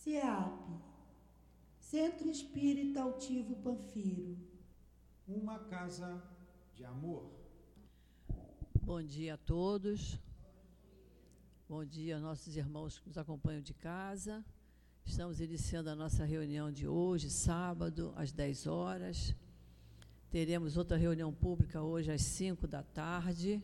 CEAP, Centro Espírita Altivo Panfiro. Uma casa de amor. Bom dia a todos. Bom dia aos nossos irmãos que nos acompanham de casa. Estamos iniciando a nossa reunião de hoje, sábado, às 10 horas. Teremos outra reunião pública hoje às 5 da tarde.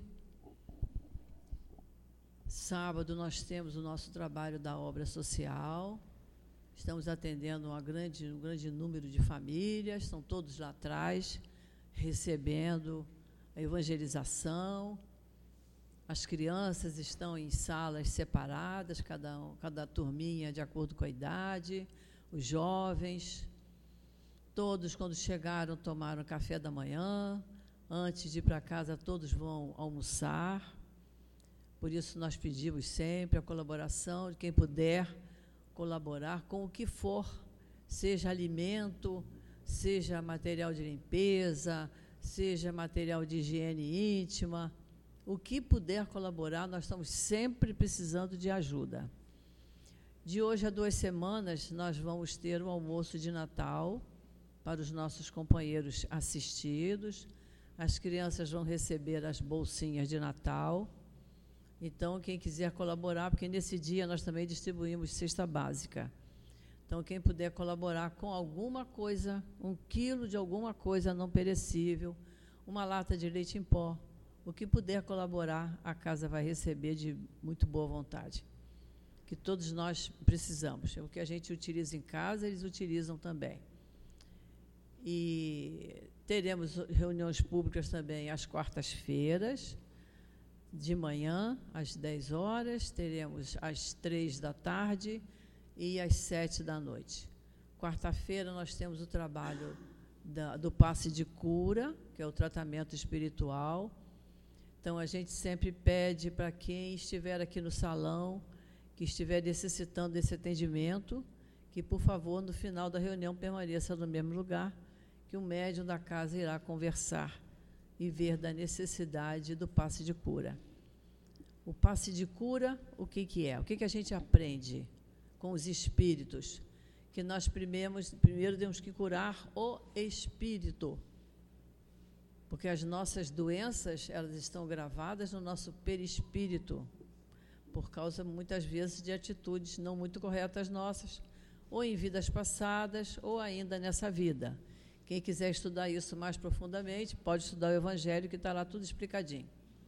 Sábado nós temos o nosso trabalho da obra social. Estamos atendendo um grande número de famílias, estão todos lá atrás, recebendo a evangelização. As crianças estão em salas separadas, cada turminha de acordo com a idade, os jovens. Todos, quando chegaram, tomaram café da manhã. Antes de ir para casa, todos vão almoçar. Por isso, nós pedimos sempre a colaboração de quem puder colaborar com o que for, seja alimento, seja material de limpeza, seja material de higiene íntima. O que puder colaborar, nós estamos sempre precisando de ajuda. De hoje a 2 semanas, nós vamos ter o almoço de Natal para os nossos companheiros assistidos. As crianças vão receber as bolsinhas de Natal. Então, quem quiser colaborar, porque nesse dia nós também distribuímos cesta básica. Então, quem puder colaborar com alguma coisa, 1 quilo de alguma coisa não perecível, uma lata de leite em pó, o que puder colaborar, a casa vai receber de muito boa vontade. Que todos nós precisamos. O que a gente utiliza em casa, eles utilizam também. E teremos reuniões públicas também às quartas-feiras, de manhã, às 10 horas, teremos às 3 da tarde e às 7 da noite. Quarta-feira nós temos o trabalho do passe de cura, que é o tratamento espiritual. Então, a gente sempre pede para quem estiver aqui no salão, que estiver necessitando desse atendimento, que, por favor, no final da reunião, permaneça no mesmo lugar, que o médium da casa irá conversar e ver da necessidade do passe de cura. O passe de cura, o que é? O que a gente aprende com os espíritos? Que nós primeiro temos que curar o espírito, porque as nossas doenças, elas estão gravadas no nosso perispírito, por causa, muitas vezes, de atitudes não muito corretas nossas, ou em vidas passadas, ou ainda nessa vida. Quem quiser estudar isso mais profundamente, pode estudar o Evangelho, que está lá tudo explicadinho.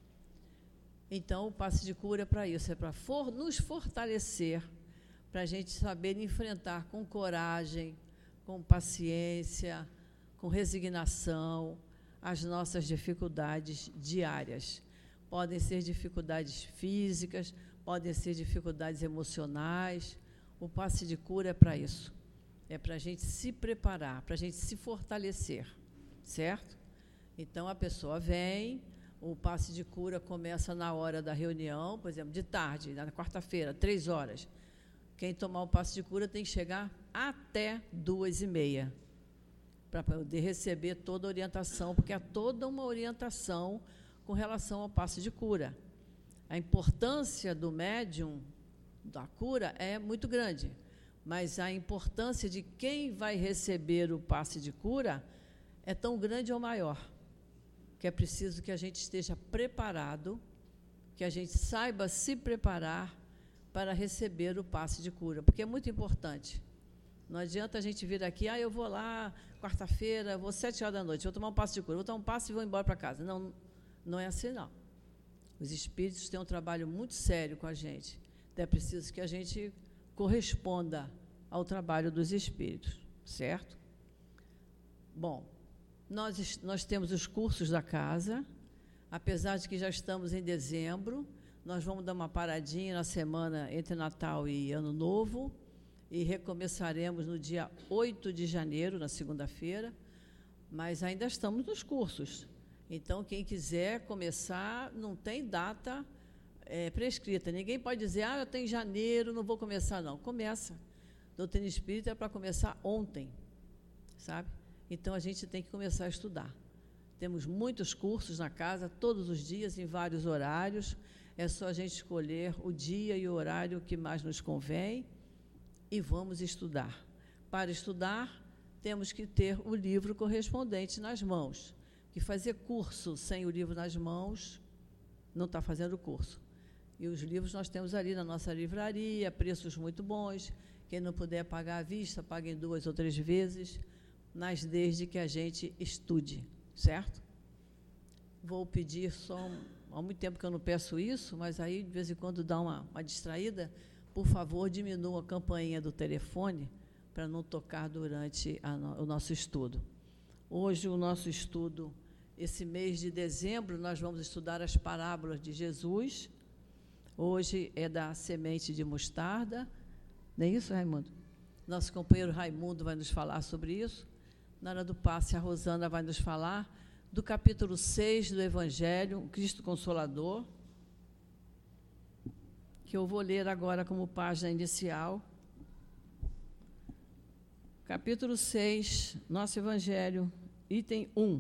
Então, o passe de cura é para isso, é para nos fortalecer, para a gente saber enfrentar com coragem, com paciência, com resignação, as nossas dificuldades diárias. Podem ser dificuldades físicas, podem ser dificuldades emocionais. O passe de cura é para isso. É para a gente se preparar, para a gente se fortalecer, certo? Então, a pessoa vem, o passe de cura começa na hora da reunião, por exemplo, de tarde, na quarta-feira, 3 horas. Quem tomar o passe de cura tem que chegar até 2h30, para poder receber toda a orientação, porque há toda uma orientação com relação ao passe de cura. A importância do médium, da cura, é muito grande. Mas a importância de quem vai receber o passe de cura é tão grande ou maior, que é preciso que a gente esteja preparado, que a gente saiba se preparar para receber o passe de cura, porque é muito importante. Não adianta a gente vir aqui, eu vou lá, quarta-feira, vou 7 horas da noite, vou tomar um passe de cura, vou tomar um passe e vou embora para casa. Não, não é assim, não. Os espíritos têm um trabalho muito sério com a gente. Então, é preciso que a gente corresponda ao trabalho dos espíritos, certo? Bom, nós temos os cursos da casa, apesar de que já estamos em dezembro, nós vamos dar uma paradinha na semana entre Natal e Ano Novo, e recomeçaremos no dia 8 de janeiro, na segunda-feira, mas ainda estamos nos cursos. Então, quem quiser começar, não tem data prescrita. Ninguém pode dizer, eu estou em janeiro, não vou começar, não. Começa. Doutrina Espírita é para começar ontem, sabe? Então, a gente tem que começar a estudar. Temos muitos cursos na casa, todos os dias, em vários horários. É só a gente escolher o dia e o horário que mais nos convém e vamos estudar. Para estudar, temos que ter o livro correspondente nas mãos. Que fazer curso sem o livro nas mãos não está fazendo curso. E os livros nós temos ali na nossa livraria, preços muito bons. Quem não puder pagar à vista, pague em 2 ou 3 vezes, mas desde que a gente estude, certo? Vou pedir só, há muito tempo que eu não peço isso, mas aí de vez em quando dá uma distraída, por favor, diminua a campainha do telefone para não tocar durante o nosso estudo. Hoje, o nosso estudo, esse mês de dezembro, nós vamos estudar as parábolas de Jesus. Hoje é da semente de mostarda. Não é isso, Raimundo? Nosso companheiro Raimundo vai nos falar sobre isso. Na hora do passe, a Rosana vai nos falar do capítulo 6 do Evangelho, o Cristo Consolador, que eu vou ler agora como página inicial. Capítulo 6, nosso Evangelho, item 1.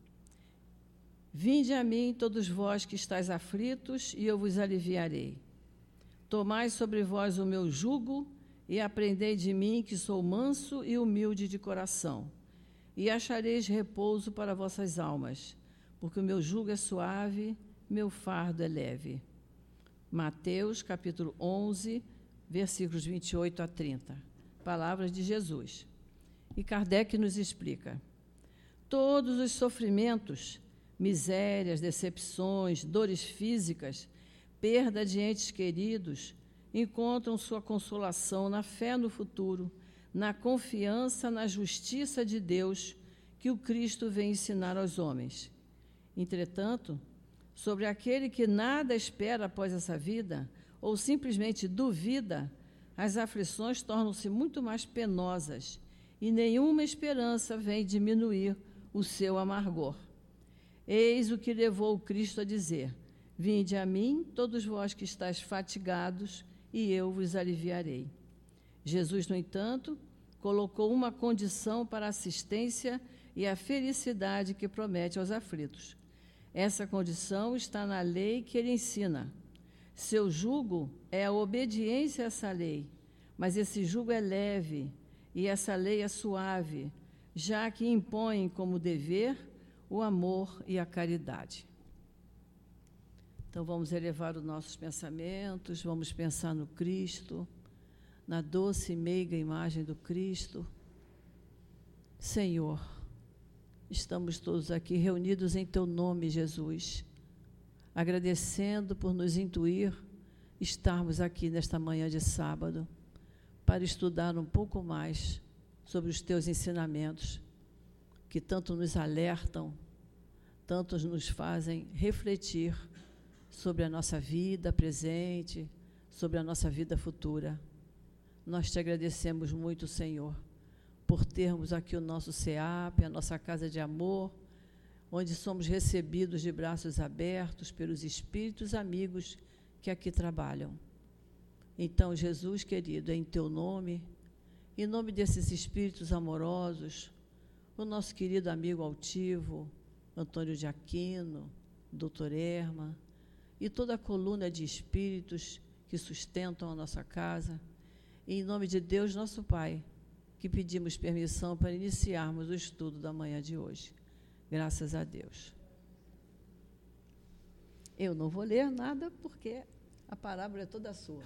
Vinde a mim, todos vós que estáis aflitos, e eu vos aliviarei. Tomai sobre vós o meu jugo, e aprendei de mim, que sou manso e humilde de coração, e achareis repouso para vossas almas, porque o meu jugo é suave, meu fardo é leve. Mateus, capítulo 11, versículos 28 a 30. Palavras de Jesus. E Kardec nos explica: todos os sofrimentos, misérias, decepções, dores físicas, perda de entes queridos, encontram sua consolação na fé no futuro, na confiança na justiça de Deus que o Cristo vem ensinar aos homens. Entretanto, sobre aquele que nada espera após essa vida, ou simplesmente duvida, as aflições tornam-se muito mais penosas e nenhuma esperança vem diminuir o seu amargor. Eis o que levou o Cristo a dizer: vinde a mim, todos vós que estáis fatigados, e eu vos aliviarei. Jesus, no entanto, colocou uma condição para a assistência e a felicidade que promete aos aflitos. Essa condição está na lei que ele ensina. Seu jugo é a obediência a essa lei, mas esse jugo é leve e essa lei é suave, já que impõe como dever o amor e a caridade. Então, vamos elevar os nossos pensamentos, vamos pensar no Cristo, na doce e meiga imagem do Cristo. Senhor, estamos todos aqui reunidos em Teu nome, Jesus, agradecendo por nos intuir estarmos aqui nesta manhã de sábado para estudar um pouco mais sobre os Teus ensinamentos, que tanto nos alertam, tanto nos fazem refletir sobre a nossa vida presente, sobre a nossa vida futura. Nós te agradecemos muito, Senhor, por termos aqui o nosso CEAP, a nossa casa de amor, onde somos recebidos de braços abertos pelos espíritos amigos que aqui trabalham. Então, Jesus querido, em Teu nome, em nome desses espíritos amorosos, o nosso querido amigo altivo, Antônio de Aquino, Dr. Erma, e toda a coluna de espíritos que sustentam a nossa casa, e em nome de Deus, nosso Pai, que pedimos permissão para iniciarmos o estudo da manhã de hoje. Graças a Deus. Eu não vou ler nada, porque a parábola é toda sua.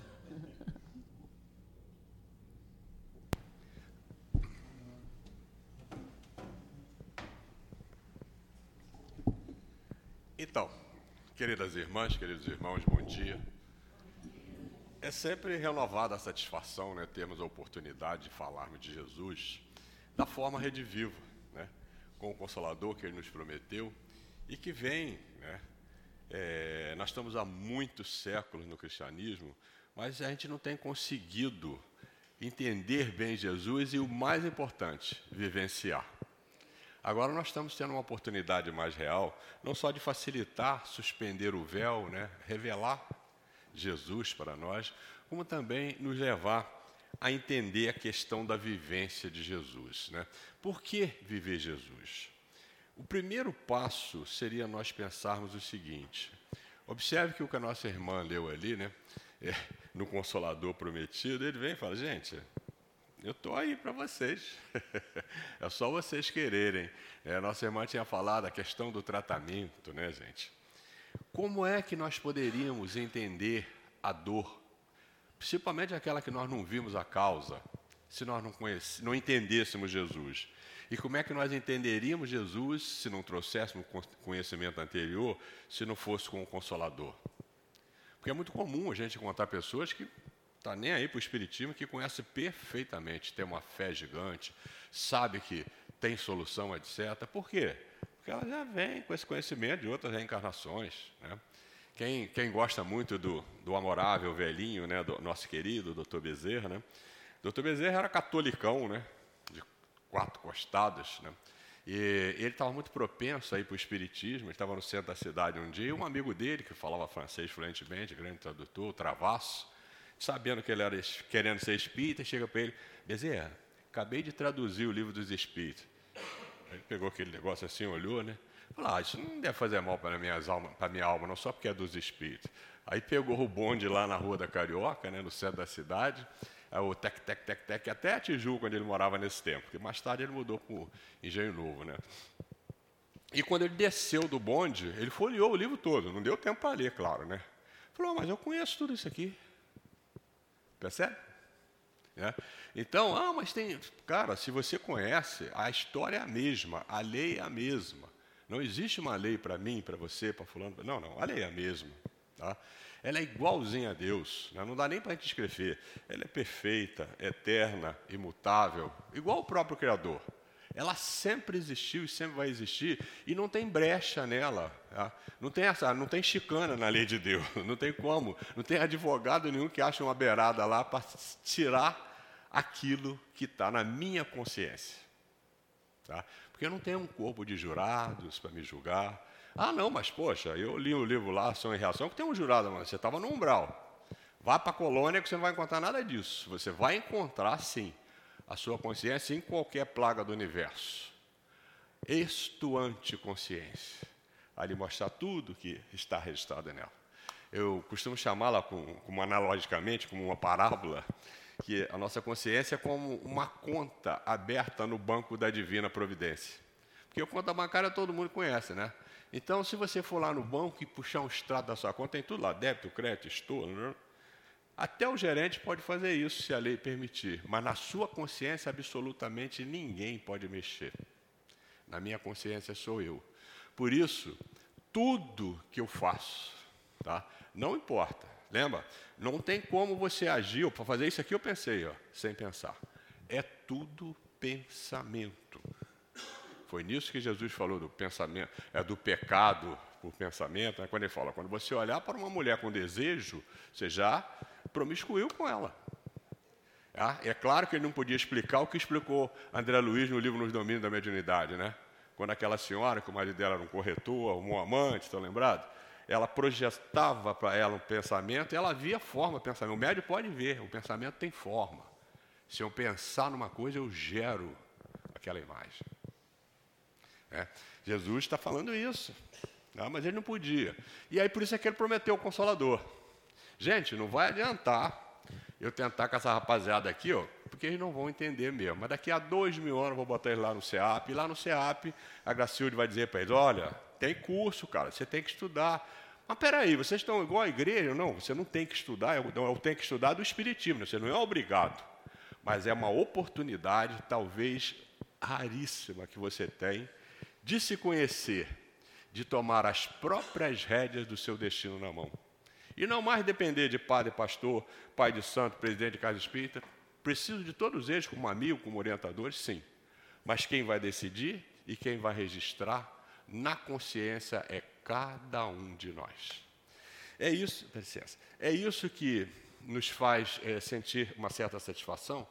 Então, queridas irmãs, queridos irmãos, bom dia. É sempre renovada a satisfação, né, termos a oportunidade de falarmos de Jesus da forma Rede Viva, né, com o Consolador que Ele nos prometeu e que vem, né, nós estamos há muitos séculos no cristianismo, mas a gente não tem conseguido entender bem Jesus e, o mais importante, vivenciar. Agora nós estamos tendo uma oportunidade mais real, não só de facilitar, suspender o véu, né, revelar Jesus para nós, como também nos levar a entender a questão da vivência de Jesus, né? Por que viver Jesus? O primeiro passo seria nós pensarmos o seguinte: observe que o que a nossa irmã leu ali, né, no Consolador Prometido, ele vem e fala: gente, Eu estou aí para vocês. É só vocês quererem. Nossa irmã tinha falado a questão do tratamento, né, gente? Como é que nós poderíamos entender a dor, principalmente aquela que nós não vimos a causa, se nós não entendêssemos Jesus? E como é que nós entenderíamos Jesus se não trouxéssemos conhecimento anterior, se não fosse com o Consolador? Porque é muito comum a gente encontrar pessoas que está nem aí para o Espiritismo, que conhece perfeitamente, tem uma fé gigante, sabe que tem solução, etc. Por quê? Porque ela já vem com esse conhecimento de outras reencarnações, né? Quem gosta muito do amorável velhinho, né, do nosso querido Dr. Bezerra, né? Dr. Bezerra era catolicão, né, de 4 costadas, né? E ele estava muito propenso aí para o Espiritismo. Ele estava no centro da cidade um dia, e um amigo dele, que falava francês fluentemente, grande tradutor, o Travasso, sabendo que ele era querendo ser espírita, chega para ele: Bezerra, acabei de traduzir o Livro dos Espíritos. Ele pegou aquele negócio assim, olhou, né? Falou: isso não deve fazer mal para a minha alma, não, só porque é dos espíritos. Aí pegou o bonde lá na Rua da Carioca, né, no centro da cidade, o tec, até a Tijuca, onde ele morava nesse tempo, porque mais tarde ele mudou para o Engenho Novo, né? E quando ele desceu do bonde, ele folheou o livro todo, não deu tempo para ler, claro, né? Falou: mas eu conheço tudo isso aqui. Percebe? Então, mas tem... Cara, se você conhece, a história é a mesma, a lei é a mesma. Não existe uma lei para mim, para você, para fulano. Não, a lei é a mesma. Tá? Ela é igualzinha a Deus, né? Não dá nem para a gente escrever. Ela é perfeita, eterna, imutável, igual o próprio Criador. Ela sempre existiu e sempre vai existir, e não tem brecha nela. Tá? Não tem chicana na lei de Deus, não tem como. Não tem advogado nenhum que ache uma beirada lá para tirar aquilo que está na minha consciência. Tá? Porque eu não tenho um corpo de jurados para me julgar. Não, mas poxa, eu li o livro lá, Ação e Reação, que tem um jurado, mas você estava no umbral. Vá para a colônia que você não vai encontrar nada disso. Você vai encontrar, sim, a sua consciência em qualquer plaga do universo. Estuante consciência. Ali mostrar tudo que está registrado nela. Eu costumo chamá-la, como analogicamente, como uma parábola, que a nossa consciência é como uma conta aberta no banco da divina providência. Porque a conta bancária todo mundo conhece, né? Então, se você for lá no banco e puxar um extrato da sua conta, tem tudo lá, débito, crédito, estouro, né? Até o gerente pode fazer isso, se a lei permitir. Mas na sua consciência, absolutamente ninguém pode mexer. Na minha consciência sou eu. Por isso, tudo que eu faço, tá? Não importa. Lembra? Não tem como você agir. Para fazer isso aqui eu pensei, sem pensar. É tudo pensamento. Foi nisso que Jesus falou do pensamento, do pecado por pensamento. Né? Quando ele fala, quando você olhar para uma mulher com desejo, você já promiscuiu com ela. É claro que ele não podia explicar o que explicou André Luiz no livro Nos Domínios da Mediunidade, né? Quando aquela senhora, que o marido dela era um corretor, um amante, estão lembrados? Ela projetava para ela um pensamento e ela via forma do pensamento. O médium pode ver, o pensamento tem forma. Se eu pensar numa coisa, eu gero aquela imagem. Jesus está falando isso, mas ele não podia. E aí, por isso é que ele prometeu o Consolador. Gente, não vai adiantar eu tentar com essa rapaziada aqui, porque eles não vão entender mesmo. Mas daqui a 2.000 anos eu vou botar eles lá no CEAP, e lá no CEAP a Gracilde vai dizer para eles: olha, tem curso, cara, você tem que estudar. Mas peraí, vocês estão igual a igreja? Não, você não tem que estudar, eu tenho que estudar do Espiritismo, você não é obrigado. Mas é uma oportunidade, talvez raríssima, que você tem de se conhecer, de tomar as próprias rédeas do seu destino na mão. E não mais depender de padre, pastor, pai de santo, presidente de casa espírita. Preciso de todos eles como amigo, como orientadores, sim. Mas quem vai decidir e quem vai registrar na consciência é cada um de nós. É isso, dá licença, é isso que nos faz sentir uma certa satisfação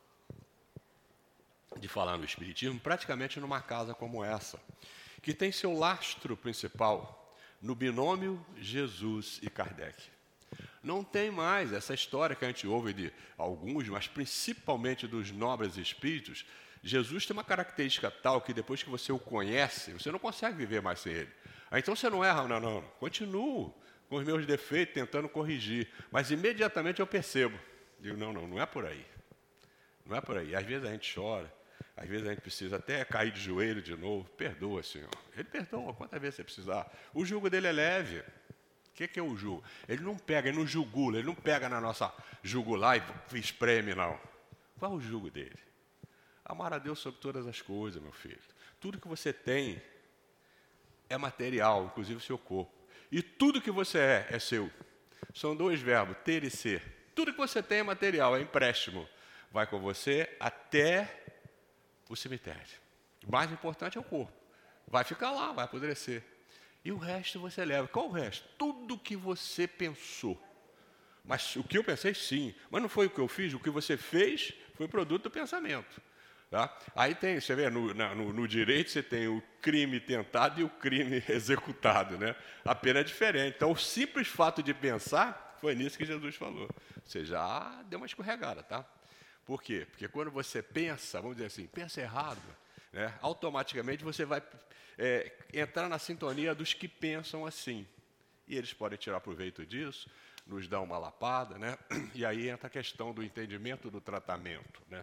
de falar no Espiritismo, praticamente numa casa como essa, que tem seu lastro principal no binômio Jesus e Kardec. Não tem mais essa história que a gente ouve de alguns, mas principalmente dos nobres espíritos. Jesus tem uma característica tal que depois que você o conhece, você não consegue viver mais sem ele. Então você não erra, não. Continuo com os meus defeitos, tentando corrigir. Mas imediatamente eu percebo. Digo, não é por aí. Não é por aí. Às vezes a gente chora, às vezes a gente precisa até cair de joelho de novo. Perdoa, Senhor. Ele perdoa quantas vezes você precisar. O jugo dele é leve. O que é o jugo? Ele não pega, ele não jugula, ele não pega na nossa jugular e espreme, não. Qual é o jugo dele? Amar a Deus sobre todas as coisas, meu filho. Tudo que você tem é material, inclusive o seu corpo. E tudo que você é seu. São dois verbos, ter e ser. Tudo que você tem é material, é empréstimo. Vai com você até o cemitério. O mais importante é o corpo. Vai ficar lá, vai apodrecer. E o resto você leva. Qual o resto? Tudo que você pensou. Mas o que eu pensei, sim. Mas não foi o que eu fiz. O que você fez foi produto do pensamento. Tá? Aí tem, você vê, no direito você tem o crime tentado e o crime executado. Né? A pena é diferente. Então, o simples fato de pensar, foi nisso que Jesus falou. Você já deu uma escorregada, tá? Por quê? Porque quando você pensa, vamos dizer assim, pensa errado, né? Automaticamente você vai entrar na sintonia dos que pensam assim. E eles podem tirar proveito disso, nos dar uma lapada, né? E aí entra a questão do entendimento do tratamento, né?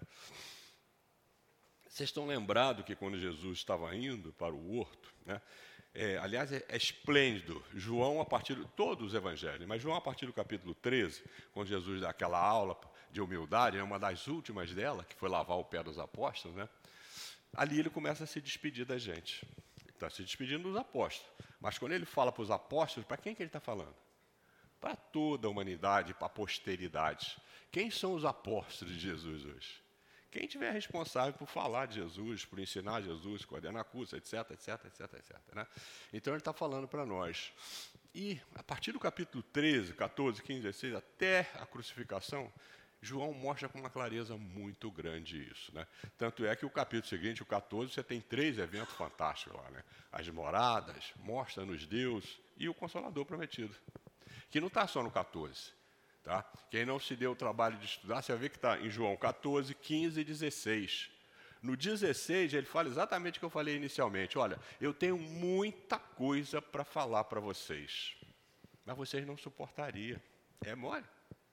Vocês estão lembrados que quando Jesus estava indo para o horto, né? Aliás, é esplêndido, João a partir de todos os evangelhos, mas João a partir do capítulo 13, quando Jesus dá aquela aula de humildade, é uma das últimas dela, que foi lavar o pé dos apóstolos, né? Ali ele começa a se despedir da gente. Ele está se despedindo dos apóstolos. Mas quando ele fala para os apóstolos, para quem que ele está falando? Para toda a humanidade, para a posteridade. Quem são os apóstolos de Jesus hoje? Quem tiver responsável por falar de Jesus, por ensinar Jesus, coordenar curso, etc, etc, etc, etc. Né? Então ele está falando para nós. E a partir do capítulo 13, 14, 15, 16, até a crucificação, João mostra com uma clareza muito grande isso. Né? Tanto é que o capítulo seguinte, o 14, você tem 3 eventos fantásticos lá. Né? As moradas, mostra-nos Deus e o Consolador prometido. Que não está só no 14. Tá? Quem não se deu o trabalho de estudar, você vai ver que está em João 14, 15 e 16. No 16, ele fala exatamente o que eu falei inicialmente. Olha, eu tenho muita coisa para falar para vocês, mas vocês não suportariam. É mole.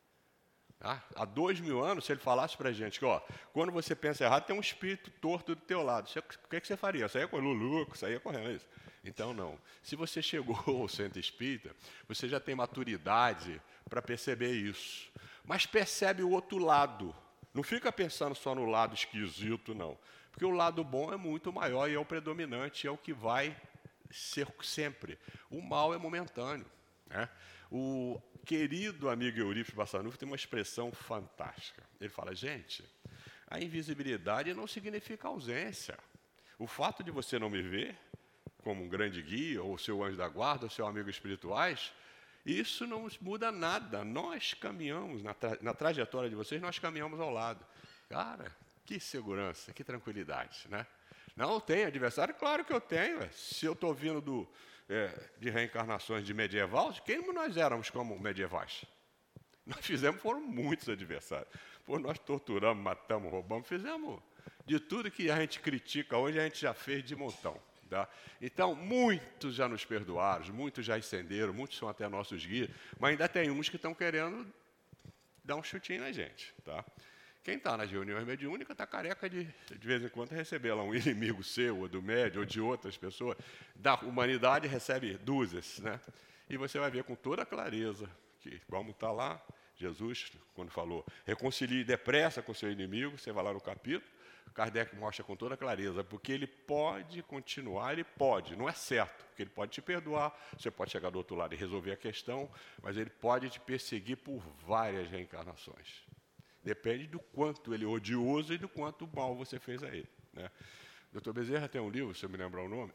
Tá? Há 2000 anos, se ele falasse para a gente que, ó, quando você pensa errado, tem um espírito torto do teu lado. O que você faria? Saía correndo louco, saía correndo. Isso. Então, não. Se você chegou ao centro espírita, você já tem maturidade para perceber isso. Mas percebe o outro lado. Não fica pensando só no lado esquisito, não. Porque o lado bom é muito maior e é o predominante, é o que vai ser sempre. O mal é momentâneo. Né? O querido amigo Eurípides Bassanufo tem uma expressão fantástica. Ele fala, gente, a invisibilidade não significa ausência. O fato de você não me ver como um grande guia, ou seu anjo da guarda, ou seu amigo espirituais, isso não muda nada. Nós caminhamos, na trajetória de vocês, nós caminhamos ao lado. Cara, que segurança, que tranquilidade, né? Não tem adversário? Claro que eu tenho. Se eu estou vindo de reencarnações de medieval, quem nós éramos como medievais? Nós fizemos, foram muitos adversários. Nós torturamos, matamos, roubamos, fizemos de tudo que a gente critica hoje, a gente já fez de montão. Tá? Então, muitos já nos perdoaram, muitos já ascenderam, muitos são até nossos guias, mas ainda tem uns que estão querendo dar um chutinho na gente. Tá? Quem está nas reuniões mediúnicas está careca de vez em quando, receber lá um inimigo seu, ou do médium, ou de outras pessoas. Da humanidade recebe dúzias. Né? E você vai ver com toda a clareza que, como está lá, Jesus, quando falou, reconcilie depressa com seu inimigo, você vai lá no capítulo, Kardec mostra com toda clareza, porque ele pode continuar, ele pode, não é certo, porque ele pode te perdoar, você pode chegar do outro lado e resolver a questão, mas ele pode te perseguir por várias reencarnações. Depende do quanto ele é odioso e do quanto mal você fez a ele. Né? Dr. Bezerra tem um livro, se eu me lembrar o nome,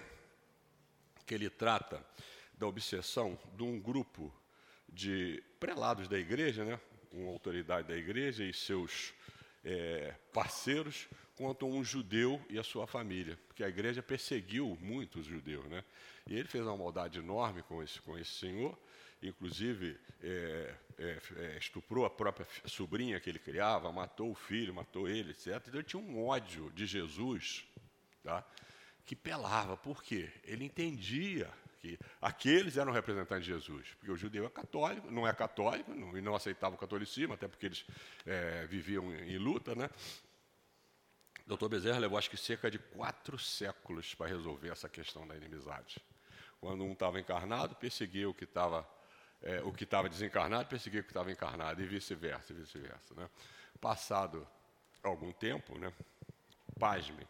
que ele trata da obsessão de um grupo de prelados da igreja, né? Uma autoridade da igreja e seus parceiros, contra um judeu e a sua família, porque a igreja perseguiu muito os judeus. Né? E ele fez uma maldade enorme com esse senhor, inclusive estuprou a própria sobrinha que ele criava, matou o filho, matou ele, etc. Então ele tinha um ódio de Jesus, tá? Que pelava. Por quê? Ele entendia que aqueles eram representantes de Jesus, porque o judeu é católico, não é católico, e não aceitava o catolicismo, até porque eles viviam em luta, né? O Dr. Bezerra levou, acho que, cerca de 4 séculos para resolver essa questão da inimizade. Quando um estava encarnado, perseguia o que estava desencarnado, perseguia o que estava encarnado, e vice-versa, né? Passado algum tempo, né? Pasmem,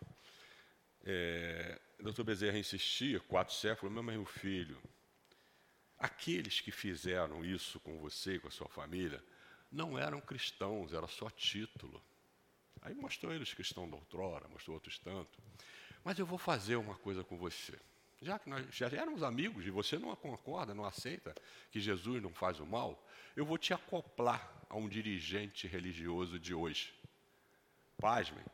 Dr. Bezerra insistia, 4 séculos, meu filho, aqueles que fizeram isso com você e com a sua família não eram cristãos, era só título. Aí mostrou eles cristãos da outrora, mostrou outros tanto. Mas eu vou fazer uma coisa com você. Já que nós já éramos amigos e você não concorda, não aceita que Jesus não faz o mal, eu vou te acoplar a um dirigente religioso de hoje. Pasmem.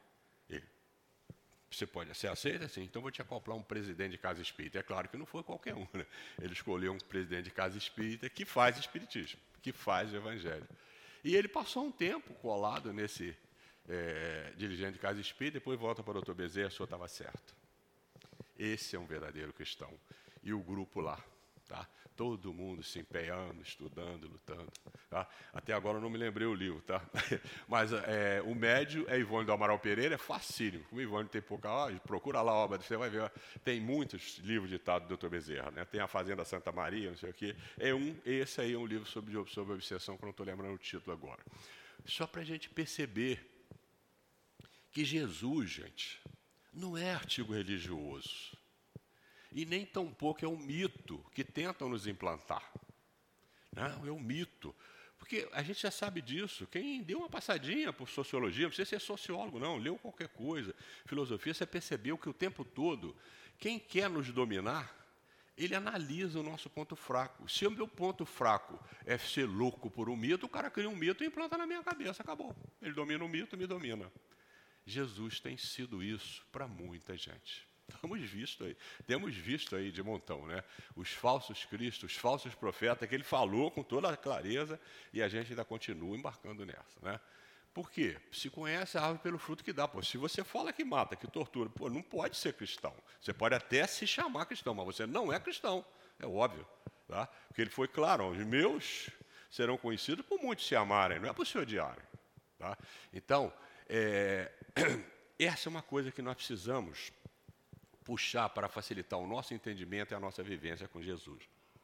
Você aceita? Sim, então vou te acoplar um presidente de casa espírita. É claro que não foi qualquer um, né? Ele escolheu um presidente de casa espírita que faz espiritismo, que faz o evangelho. E ele passou um tempo colado nesse dirigente de casa espírita, depois volta para o Dr. Bezerra, o senhor estava certo. Esse é um verdadeiro cristão. E o grupo lá, tá? Todo mundo se empenhando, estudando, lutando. Tá? Até agora eu não me lembrei o livro, tá? Mas o médio é Ivone do Amaral Pereira, é facílimo. Como Ivone tem pouca hora, procura lá a obra, você vai ver. Tem muitos livros ditados do Dr. Bezerra, né? Tem a Fazenda Santa Maria, não sei o quê. Esse aí é um livro sobre obsessão, que eu não estou lembrando o título agora. Só para a gente perceber que Jesus, gente, não é artigo religioso. E nem tampouco é um mito que tentam nos implantar. Não, é um mito. Porque a gente já sabe disso. Quem deu uma passadinha por sociologia, não precisa ser sociólogo, não, leu qualquer coisa, filosofia, você percebeu que o tempo todo, quem quer nos dominar, ele analisa o nosso ponto fraco. Se o meu ponto fraco é ser louco por um mito, o cara cria um mito e implanta na minha cabeça, acabou. Ele domina o mito, me domina. Jesus tem sido isso para muita gente. Temos visto aí de montão, né? Os falsos cristos, os falsos profetas, que ele falou com toda a clareza e a gente ainda continua embarcando nessa, né? Por quê? Se conhece a árvore pelo fruto que dá. Pô, se você fala que mata, que tortura, pô, não pode ser cristão. Você pode até se chamar cristão, mas você não é cristão, é óbvio, tá? Porque ele foi claro, os meus serão conhecidos por muitos se amarem, não é por se odiarem, tá? Então, essa é uma coisa que nós precisamos puxar para facilitar o nosso entendimento e a nossa vivência com Jesus.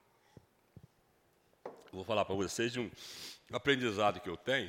Vou falar para vocês de um aprendizado que eu tenho.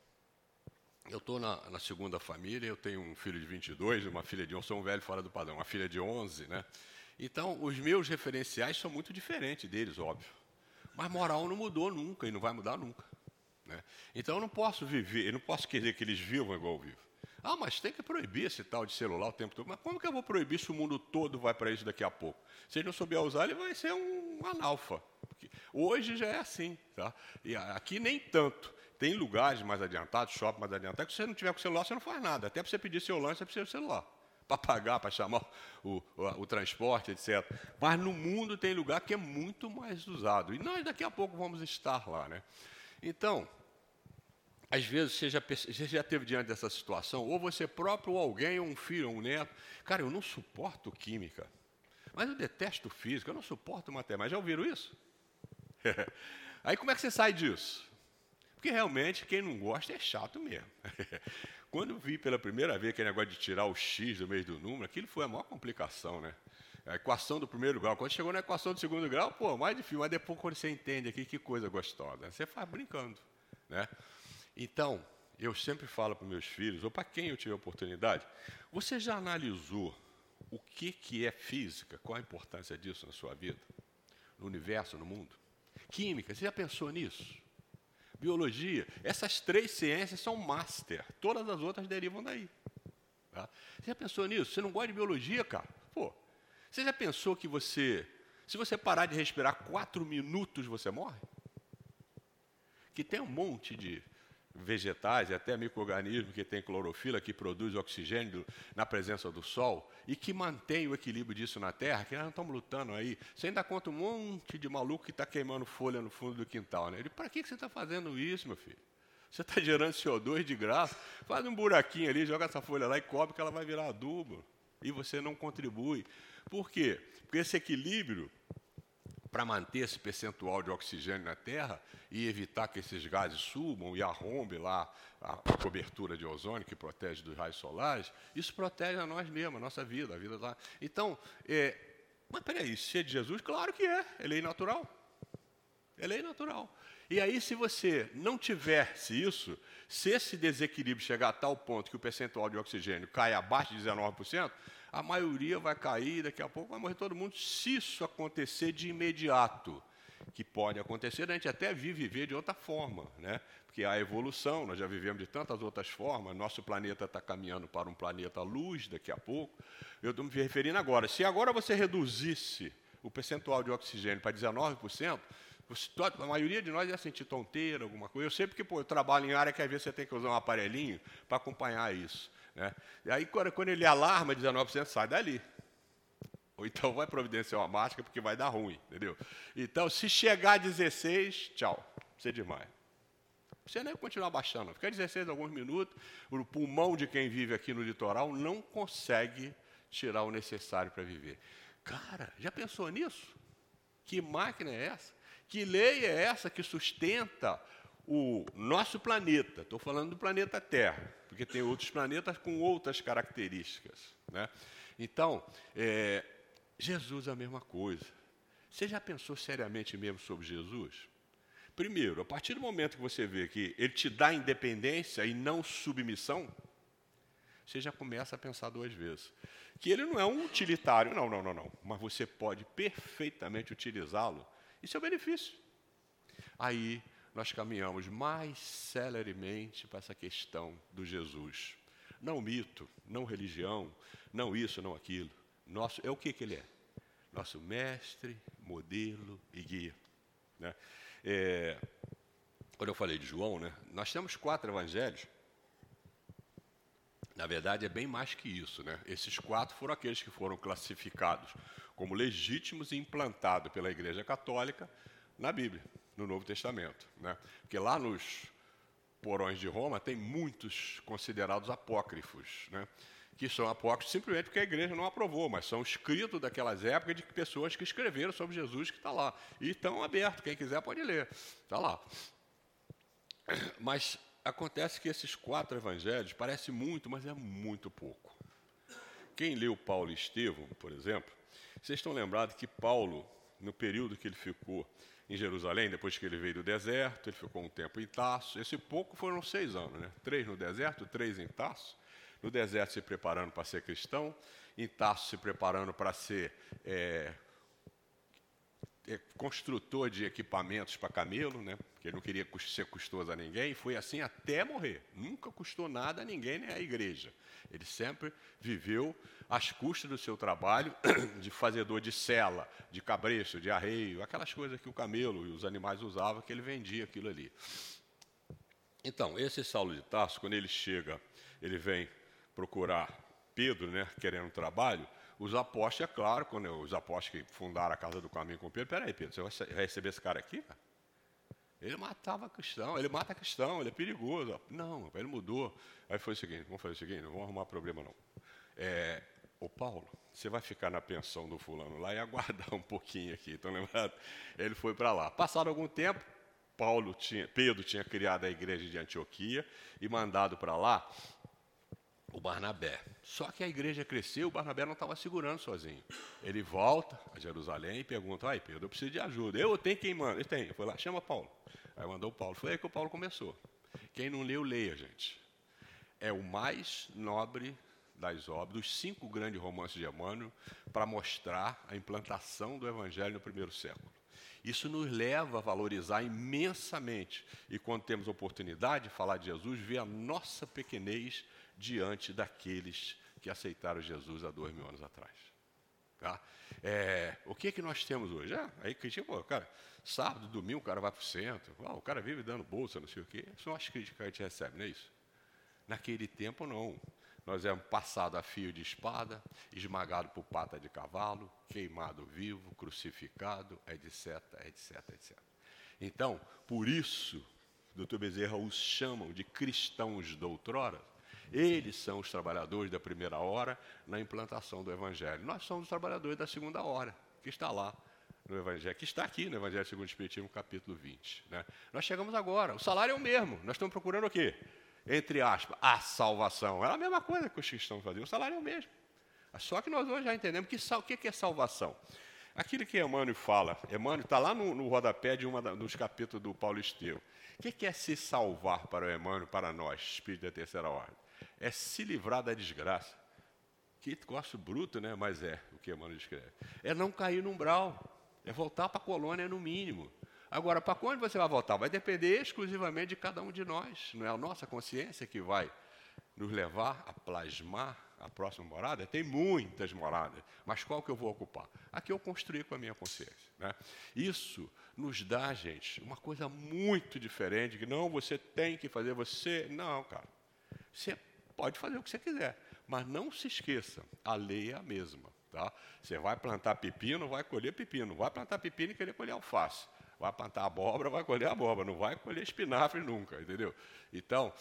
Eu estou na segunda família, eu tenho um filho de 22, uma filha de 11, sou um velho fora do padrão, uma filha de 11, né? Então, os meus referenciais são muito diferentes deles, óbvio. Mas moral não mudou nunca e não vai mudar nunca, né? Então, eu não posso querer que eles vivam igual eu vivo. Ah, mas tem que proibir esse tal de celular o tempo todo. Mas como que eu vou proibir se o mundo todo vai para isso daqui a pouco? Se ele não souber usar, ele vai ser um analfa. Porque hoje já é assim, tá? E aqui nem tanto. Tem lugares mais adiantados, shopping mais adiantado, que se você não tiver com o celular, você não faz nada. Até para você pedir seu lanche, você precisa do celular. Para pagar, para chamar o transporte, etc. Mas no mundo tem lugar que é muito mais usado. E nós daqui a pouco vamos estar lá, né? Então, às vezes você já esteve diante dessa situação, ou você próprio, ou alguém, ou um filho, ou um neto. Cara, eu não suporto química, mas eu detesto física, eu não suporto matemática. Já ouviram isso? Aí como é que você sai disso? Porque realmente quem não gosta é chato mesmo. Quando eu vi pela primeira vez aquele negócio de tirar o x do meio do número, aquilo foi a maior complicação, né? A equação do primeiro grau. Quando chegou na equação do segundo grau, pô, mais difícil. Mas depois quando você entende aqui, que coisa gostosa. Você faz brincando, né? Então, eu sempre falo para meus filhos, ou para quem eu tiver oportunidade, você já analisou o que é física? Qual a importância disso na sua vida? No universo, no mundo? Química, você já pensou nisso? Biologia, essas 3 ciências são master, todas as outras derivam daí. Tá? Você já pensou nisso? Você não gosta de biologia, cara? Pô, você já pensou que se você parar de respirar 4 minutos, você morre? Que tem um monte de vegetais e até micro-organismos que tem clorofila, que produz oxigênio na presença do sol e que mantém o equilíbrio disso na Terra, que nós não estamos lutando aí. Você ainda conta um monte de maluco que está queimando folha no fundo do quintal, né? Para que você está fazendo isso, meu filho? Você está gerando CO2 de graça, faz um buraquinho ali, joga essa folha lá e cobre que ela vai virar adubo. E você não contribui. Por quê? Porque esse equilíbrio para manter esse percentual de oxigênio na Terra e evitar que esses gases subam e arrombe lá a cobertura de ozônio que protege dos raios solares, isso protege a nós mesmos, a nossa vida, a vida lá. Então, mas peraí, se é de Jesus? Claro que é lei natural. É lei natural. E aí, se você não tivesse isso, se esse desequilíbrio chegar a tal ponto que o percentual de oxigênio cai abaixo de 19%, a maioria vai cair, daqui a pouco vai morrer todo mundo, se isso acontecer de imediato, que pode acontecer, a gente até viver de outra forma, né? Porque a evolução, nós já vivemos de tantas outras formas, nosso planeta está caminhando para um planeta luz daqui a pouco. Eu estou me referindo agora, se agora você reduzisse o percentual de oxigênio para 19%, a maioria de nós ia sentir tonteira, alguma coisa. Eu sei porque eu trabalho em área que às vezes você tem que usar um aparelhinho para acompanhar isso, né? E aí, quando ele alarma 19%, sai dali. Ou então vai providenciar uma máscara, porque vai dar ruim, entendeu? Então, se chegar a 16, tchau, você desmaia. Você nem continuar baixando. Fica 16 alguns minutos, o pulmão de quem vive aqui no litoral não consegue tirar o necessário para viver. Cara, já pensou nisso? Que máquina é essa? Que lei é essa que sustenta o nosso planeta? Estou falando do planeta Terra, porque tem outros planetas com outras características, né? Então, Jesus é a mesma coisa. Você já pensou seriamente mesmo sobre Jesus? Primeiro, a partir do momento que você vê que ele te dá independência e não submissão, você já começa a pensar duas vezes. Que ele não é um utilitário, não. Mas você pode perfeitamente utilizá-lo em seu benefício. Aí nós caminhamos mais celeremente para essa questão do Jesus. Não mito, não religião, não isso, não aquilo. É o que ele é? Nosso mestre, modelo e guia, né? Quando eu falei de João, né, nós temos 4 evangelhos. Na verdade, é bem mais que isso, né? Esses 4 foram aqueles que foram classificados como legítimos e implantados pela Igreja Católica na Bíblia, no Novo Testamento, né? Porque lá nos porões de Roma tem muitos considerados apócrifos, né? Que são apócrifos simplesmente porque a igreja não aprovou, mas são escritos daquelas épocas de pessoas que escreveram sobre Jesus, que está lá. E estão abertos, quem quiser pode ler, está lá. Mas acontece que esses 4 evangelhos parecem muito, mas é muito pouco. Quem leu Paulo e Estevão, por exemplo, vocês estão lembrados que Paulo, no período que ele ficou em Jerusalém, depois que ele veio do deserto, ele ficou um tempo em Tarso. Esse pouco foram 6 anos, né? 3 no deserto, 3 em Tarso. No deserto se preparando para ser cristão, em Tarso se preparando para ser construtor de equipamentos para camelo, né? Porque ele não queria ser custoso a ninguém, e foi assim até morrer. Nunca custou nada a ninguém, nem à igreja. Ele sempre viveu às custas do seu trabalho de fazedor de sela, de cabresto, de arreio, aquelas coisas que o camelo e os animais usavam, que ele vendia aquilo ali. Então, esse Saulo de Tarso, quando ele chega, ele vem procurar Pedro, né, querendo trabalho. Os apóstolos, é claro, quando os apóstolos que fundaram a Casa do Caminho com Pedro, peraí, Pedro, você vai receber esse cara aqui? Ele matava cristão, ele mata cristão, ele é perigoso. Não, ele mudou. Aí foi o seguinte, vamos fazer o seguinte, não vamos arrumar problema não. Ô Paulo, você vai ficar na pensão do fulano lá e aguardar um pouquinho aqui, estão lembrados? Ele foi para lá. Passado algum tempo, Pedro tinha criado a igreja de Antioquia e mandado para lá o Barnabé. Só que a igreja cresceu, o Barnabé não estava segurando sozinho. Ele volta a Jerusalém e pergunta, Pedro, eu preciso de ajuda. Eu tenho quem manda? Ele tem. Eu fui lá, chama Paulo. Aí mandou o Paulo. Foi aí que o Paulo começou. Quem não leu, leia, gente. É o mais nobre das obras, dos 5 grandes romances de Emmanuel, para mostrar a implantação do Evangelho no primeiro século. Isso nos leva a valorizar imensamente. E quando temos oportunidade de falar de Jesus, ver a nossa pequenez diante daqueles que aceitaram Jesus há 2000 anos atrás. Tá? O que nós temos hoje? Aí critica, cara, sábado, domingo o cara vai para o centro, o cara vive dando bolsa, não sei o quê. São as críticas que a gente recebe, não é isso? Naquele tempo, não. Nós éramos passados a fio de espada, esmagado por pata de cavalo, queimado vivo, crucificado, etc, etc, etc. Então, por isso, Dr. Bezerra os chamam de cristãos doutrora. Eles são os trabalhadores da primeira hora na implantação do Evangelho. Nós somos os trabalhadores da segunda hora, que está lá no Evangelho, que está aqui no Evangelho segundo o Espiritismo, capítulo 20. Né? Nós chegamos agora, o salário é o mesmo, nós estamos procurando o quê? Entre aspas, a salvação. Era a mesma coisa que os cristãos faziam, o salário é o mesmo. Só que nós hoje já entendemos o que é salvação. Aquilo que Emmanuel fala, Emmanuel está lá no rodapé de dos capítulos do Paulo Estevão. O que é se salvar para o Emmanuel, para nós, espírito da terceira ordem? É se livrar da desgraça. Que negócio bruto, né? Mas é o que Emmanuel escreve. É não cair no umbral, é voltar para a colônia no mínimo. Agora, para onde você vai voltar? Vai depender exclusivamente de cada um de nós. Não é a nossa consciência que vai nos levar a plasmar a próxima morada? Tem muitas moradas, mas qual que eu vou ocupar? A que eu construí com a minha consciência. Né? Isso nos dá, gente, uma coisa muito diferente, que não, você tem que fazer, não, cara. Você pode fazer o que você quiser, mas não se esqueça, a lei é a mesma. Tá? Você vai plantar pepino, vai colher pepino. Vai plantar pepino e querer colher alface. Vai plantar abóbora, vai colher abóbora. Não vai colher espinafre nunca, entendeu? Então,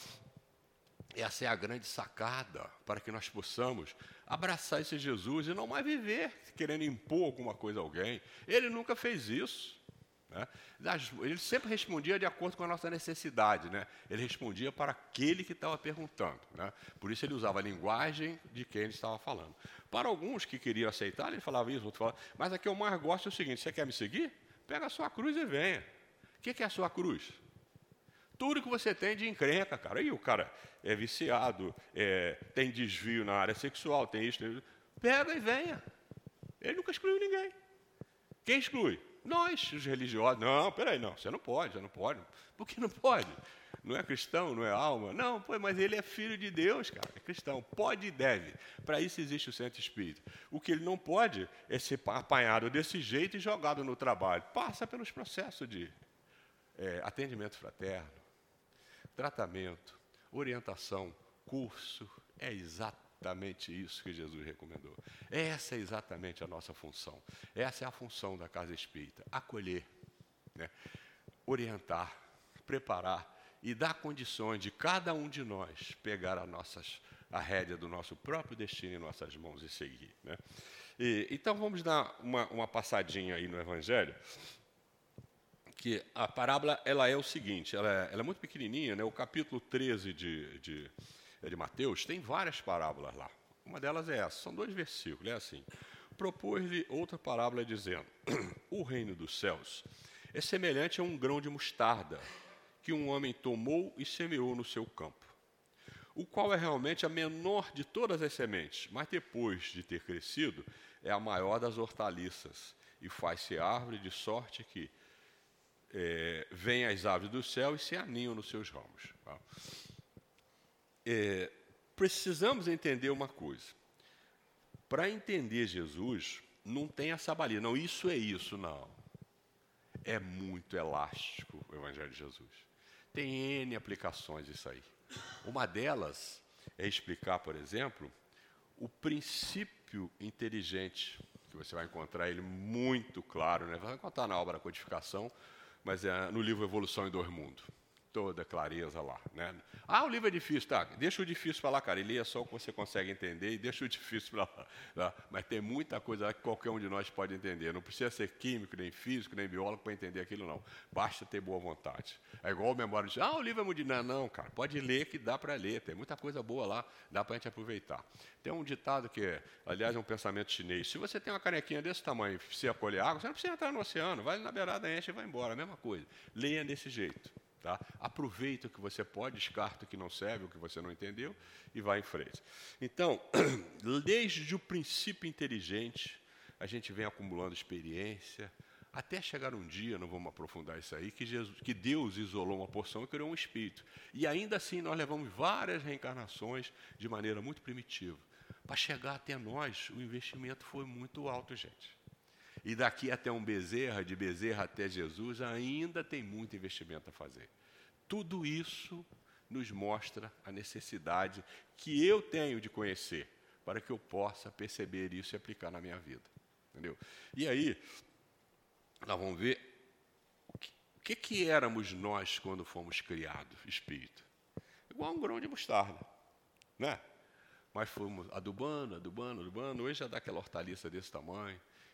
essa é a grande sacada para que nós possamos abraçar esse Jesus e não mais viver querendo impor alguma coisa a alguém. Ele nunca fez isso. Né? Ele sempre respondia de acordo com a nossa necessidade. Né? Ele respondia para aquele que estava perguntando. Né? Por isso ele usava a linguagem de quem ele estava falando. Para alguns que queriam aceitar, ele falava isso, outro falava, mas a que eu mais gosto é o seguinte, você quer me seguir? Pega a sua cruz e venha. O que é a sua cruz? Tudo que você tem de encrenca, cara. Aí o cara é viciado, tem desvio na área sexual, tem isso, tem isso. Pega e venha. Ele nunca excluiu ninguém. Quem exclui? Nós, os religiosos. Não, peraí, não, você não pode. Por que não pode? Não é cristão, não é alma? Não, mas ele é filho de Deus, cara, é cristão, pode e deve. Para isso existe o centro espírita. O que ele não pode é ser apanhado desse jeito e jogado no trabalho. Passa pelos processos de atendimento fraterno, tratamento, orientação, curso. É exatamente isso que Jesus recomendou. Essa é exatamente a nossa função. Essa é a função da casa espírita, acolher, né? Orientar, preparar, e dar condições de cada um de nós pegar a rédea do nosso próprio destino em nossas mãos e seguir. Né? Então, vamos dar uma passadinha aí no Evangelho, que a parábola ela é o seguinte, ela é muito pequenininha, né? O capítulo 13 de Mateus tem várias parábolas lá. Uma delas é essa, são 2 versículos, é assim. Propôs-lhe outra parábola dizendo, o reino dos céus é semelhante a um grão de mostarda, que um homem tomou e semeou no seu campo, o qual é realmente a menor de todas as sementes, mas depois de ter crescido, é a maior das hortaliças, e faz-se árvore de sorte que vêm as aves do céu e se aninham nos seus ramos. Tá? Precisamos entender uma coisa. Para entender Jesus, não tem essa baliza, não, isso é isso, não. É muito elástico o Evangelho de Jesus. Tem N aplicações isso aí. Uma delas é explicar, por exemplo, o princípio inteligente, que você vai encontrar ele muito claro, né? Vai encontrar na obra da Codificação, mas é no livro Evolução em 2 Mundos. Toda clareza lá. Né? O livro é difícil, tá? Deixa o difícil para lá, cara. Ele é só o que você consegue entender e deixa o difícil para lá. Tá? Mas tem muita coisa lá que qualquer um de nós pode entender. Não precisa ser químico, nem físico, nem biólogo para entender aquilo, não. Basta ter boa vontade. É igual o memória de o livro é muito... Não, cara. Pode ler que dá para ler. Tem muita coisa boa lá, dá para a gente aproveitar. Tem um ditado que, aliás, é um pensamento chinês. Se você tem uma canequinha desse tamanho e precisa colher água, você não precisa entrar no oceano. Vai na beirada, enche e vai embora. A mesma coisa. Leia desse jeito. Tá? Aproveita o que você pode, descarta o que não serve, o que você não entendeu e vai em frente. Então, desde o princípio inteligente, a gente vem acumulando experiência, até chegar um dia, não vamos aprofundar isso aí, que Deus isolou uma porção e criou um espírito. E ainda assim nós levamos várias reencarnações de maneira muito primitiva. Para chegar até nós, o investimento foi muito alto, gente. E daqui até um Bezerra, de Bezerra até Jesus, ainda tem muito investimento a fazer. Tudo isso nos mostra a necessidade que eu tenho de conhecer, para que eu possa perceber isso e aplicar na minha vida. Entendeu? E aí, nós vamos ver o que éramos nós quando fomos criados, espírito. Igual um grão de mostarda, né? Mas fomos adubando, hoje já dá aquela hortaliça desse tamanho,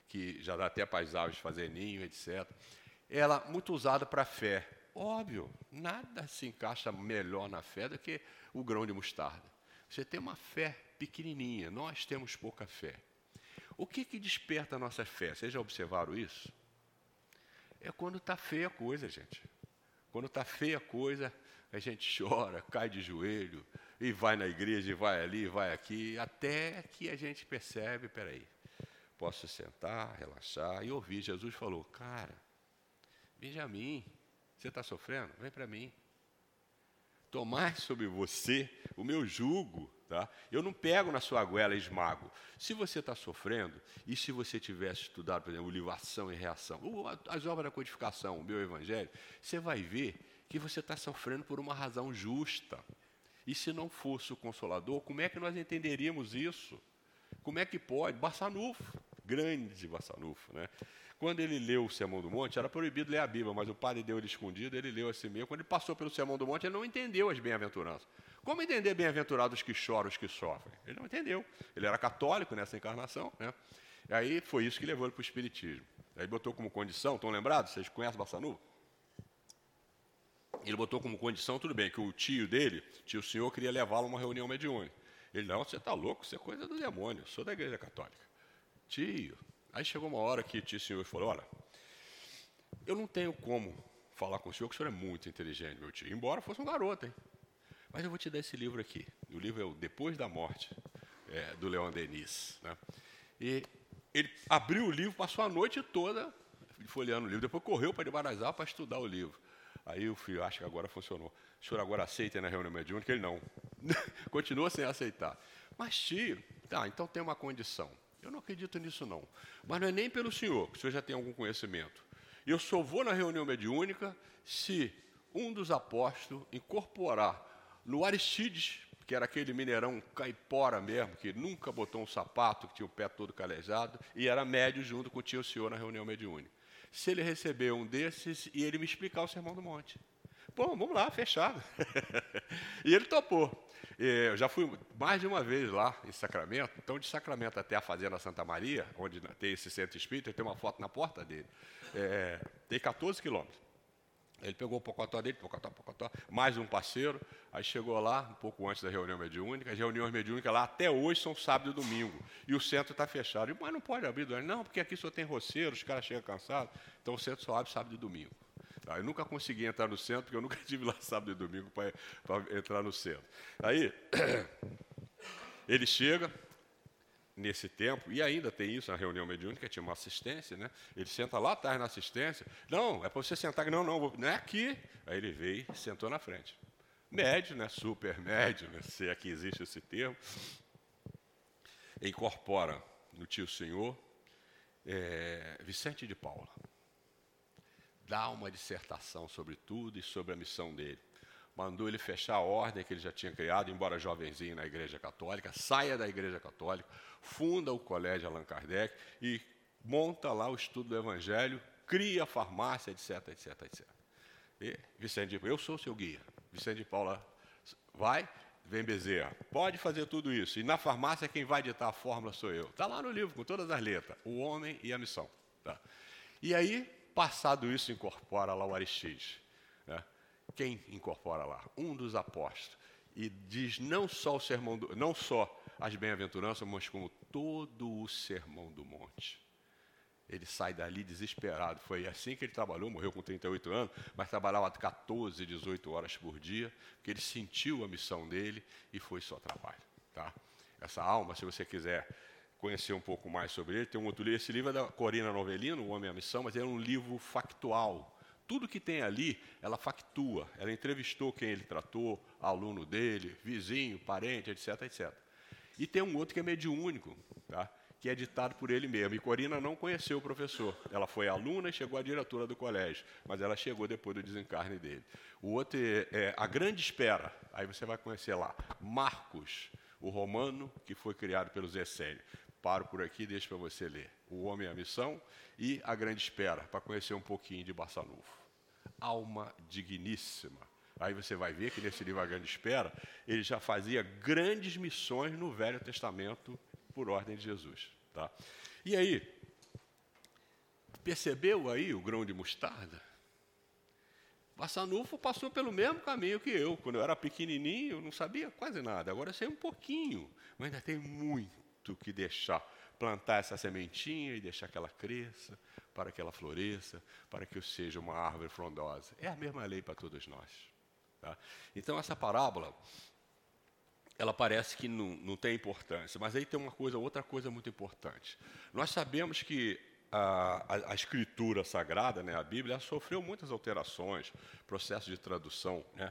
que já dá até para as aves fazer ninho, etc. Ela muito usada para a fé. Óbvio, nada se encaixa melhor na fé do que o grão de mostarda. Você tem uma fé pequenininha, nós temos pouca fé. O que desperta a nossa fé? Vocês já observaram isso? É quando está feia a coisa, gente. Quando está feia a coisa, a gente chora, cai de joelho, e vai na igreja, e vai ali, e vai aqui, até que a gente percebe, peraí, posso sentar, relaxar e ouvir. Jesus falou, cara, vem a mim, você está sofrendo? Vem para mim. Tomai sobre você o meu jugo, tá? Eu não pego na sua goela e esmago. Se você está sofrendo, e se você tivesse estudado, por exemplo, o livro Ação e Reação, as obras da codificação, o meu evangelho, você vai ver que você está sofrendo por uma razão justa. E se não fosse o Consolador, como é que nós entenderíamos isso? Como é que pode? Barçanufo, grande Barçanufo, né? Quando ele leu o Sermão do Monte, era proibido ler a Bíblia, mas o padre deu ele escondido, ele leu assim mesmo. Quando ele passou pelo Sermão do Monte, ele não entendeu as bem-aventuranças. Como entender bem-aventurados que choram, os que sofrem? Ele não entendeu. Ele era católico nessa encarnação, né? E aí foi isso que levou ele para o Espiritismo. Aí botou como condição, estão lembrados? Vocês conhecem Barçanufo? Ele botou como condição, tudo bem, que o tio dele, tio senhor, queria levá-lo a uma reunião mediúnica. Ele, não, você está louco, isso é coisa do demônio, eu sou da Igreja Católica. Tio... Aí chegou uma hora que o tio senhor falou, olha, eu não tenho como falar com o senhor, que o senhor é muito inteligente, meu tio, embora fosse um garoto, hein? Mas eu vou te dar esse livro aqui. O livro é o Depois da Morte, do Leon Denis, né? E ele abriu o livro, passou a noite toda folheando o livro, depois correu para debaixo das árvores para estudar o livro. Aí o filho, acho que agora funcionou. O senhor agora aceita na reunião mediúnica? Ele não. Continua sem aceitar. Mas tio, tá, então tem uma condição. Eu não acredito nisso, não. Mas não é nem pelo senhor, que o senhor já tem algum conhecimento. Eu só vou na reunião mediúnica se um dos apóstolos incorporar no Aristides, que era aquele mineirão caipora mesmo, que nunca botou um sapato, que tinha o pé todo calejado, e era médio junto com o tio senhor na reunião mediúnica. Se ele receber um desses e ele me explicar o Sermão do Monte. Bom, vamos lá, fechado. E ele topou. Eu já fui mais de uma vez lá em Sacramento, então de Sacramento até a Fazenda Santa Maria, onde tem esse centro espírita, tem uma foto na porta dele, tem 14 quilômetros. Ele pegou o pocotó dele, pocotó, mais um parceiro, aí chegou lá, um pouco antes da reunião mediúnica. As reuniões mediúnicas lá até hoje são sábado e domingo, e o centro está fechado. Mas não pode abrir, não, porque aqui só tem roceiro, os caras chegam cansados, então o centro só abre sábado e domingo. Eu nunca consegui entrar no centro, porque eu nunca estive lá sábado e domingo para entrar no centro. Aí, ele chega, nesse tempo, e ainda tem isso na reunião mediúnica, tinha uma assistência, né? Ele senta lá atrás na assistência. Não, é para você sentar, não é aqui. Aí ele veio e sentou na frente. Médio, né? Super médio, né? Se é que existe esse termo. Incorpora no tio senhor Vicente de Paula. Dá uma dissertação sobre tudo e sobre a missão dele. Mandou ele fechar a ordem que ele já tinha criado, embora jovenzinho na Igreja Católica, saia da Igreja Católica, funda o Colégio Allan Kardec e monta lá o estudo do Evangelho, cria a farmácia, etc, etc, etc. E Vicente de Paula, eu sou o seu guia. Vicente de Paula, vai, vem Bezerra, pode fazer tudo isso. E na farmácia quem vai ditar a fórmula sou eu. Está lá no livro, com todas as letras, o homem e a missão. Tá? E aí, passado isso, incorpora lá o Aristides. Né? Quem incorpora lá? Um dos apóstolos. E diz não só o sermão não só as bem-aventuranças, mas como todo o Sermão do Monte. Ele sai dali desesperado. Foi assim que ele trabalhou, morreu com 38 anos, mas trabalhava 14, 18 horas por dia, porque ele sentiu a missão dele e foi só trabalho. Tá? Essa alma, se você quiser conhecer um pouco mais sobre ele, tem um outro livro. Esse livro é da Corina Novellino, O Homem e a Missão, mas é um livro factual. Tudo que tem ali, ela factua. Ela entrevistou quem ele tratou, aluno dele, vizinho, parente, etc, etc. E tem um outro que é mediúnico, tá? Que é ditado por ele mesmo. E Corina não conheceu o professor. Ela foi aluna e chegou à diretora do colégio, mas ela chegou depois do desencarne dele. O outro é A Grande Espera. Aí você vai conhecer lá. Marcos, o romano que foi criado pelos Essênios. Paro por aqui e deixo para você ler. O Homem e a Missão e A Grande Espera, para conhecer um pouquinho de Barçanufo. Alma digníssima. Aí você vai ver que nesse livro A Grande Espera, ele já fazia grandes missões no Velho Testamento por ordem de Jesus. Tá? E aí, Percebeu aí o grão de mostarda? Barçanufo passou pelo mesmo caminho que eu. Quando eu era pequenininho, eu não sabia quase nada. Agora eu sei um pouquinho, mas ainda tem muito que deixar. Plantar essa sementinha e deixar que ela cresça, para que ela floresça, para que eu seja uma árvore frondosa. É a mesma lei para todos nós. Tá? Então, essa parábola, ela parece que não tem importância, mas aí tem outra coisa muito importante. Nós sabemos que a escritura sagrada, né, a Bíblia, ela sofreu muitas alterações, processo de tradução, né?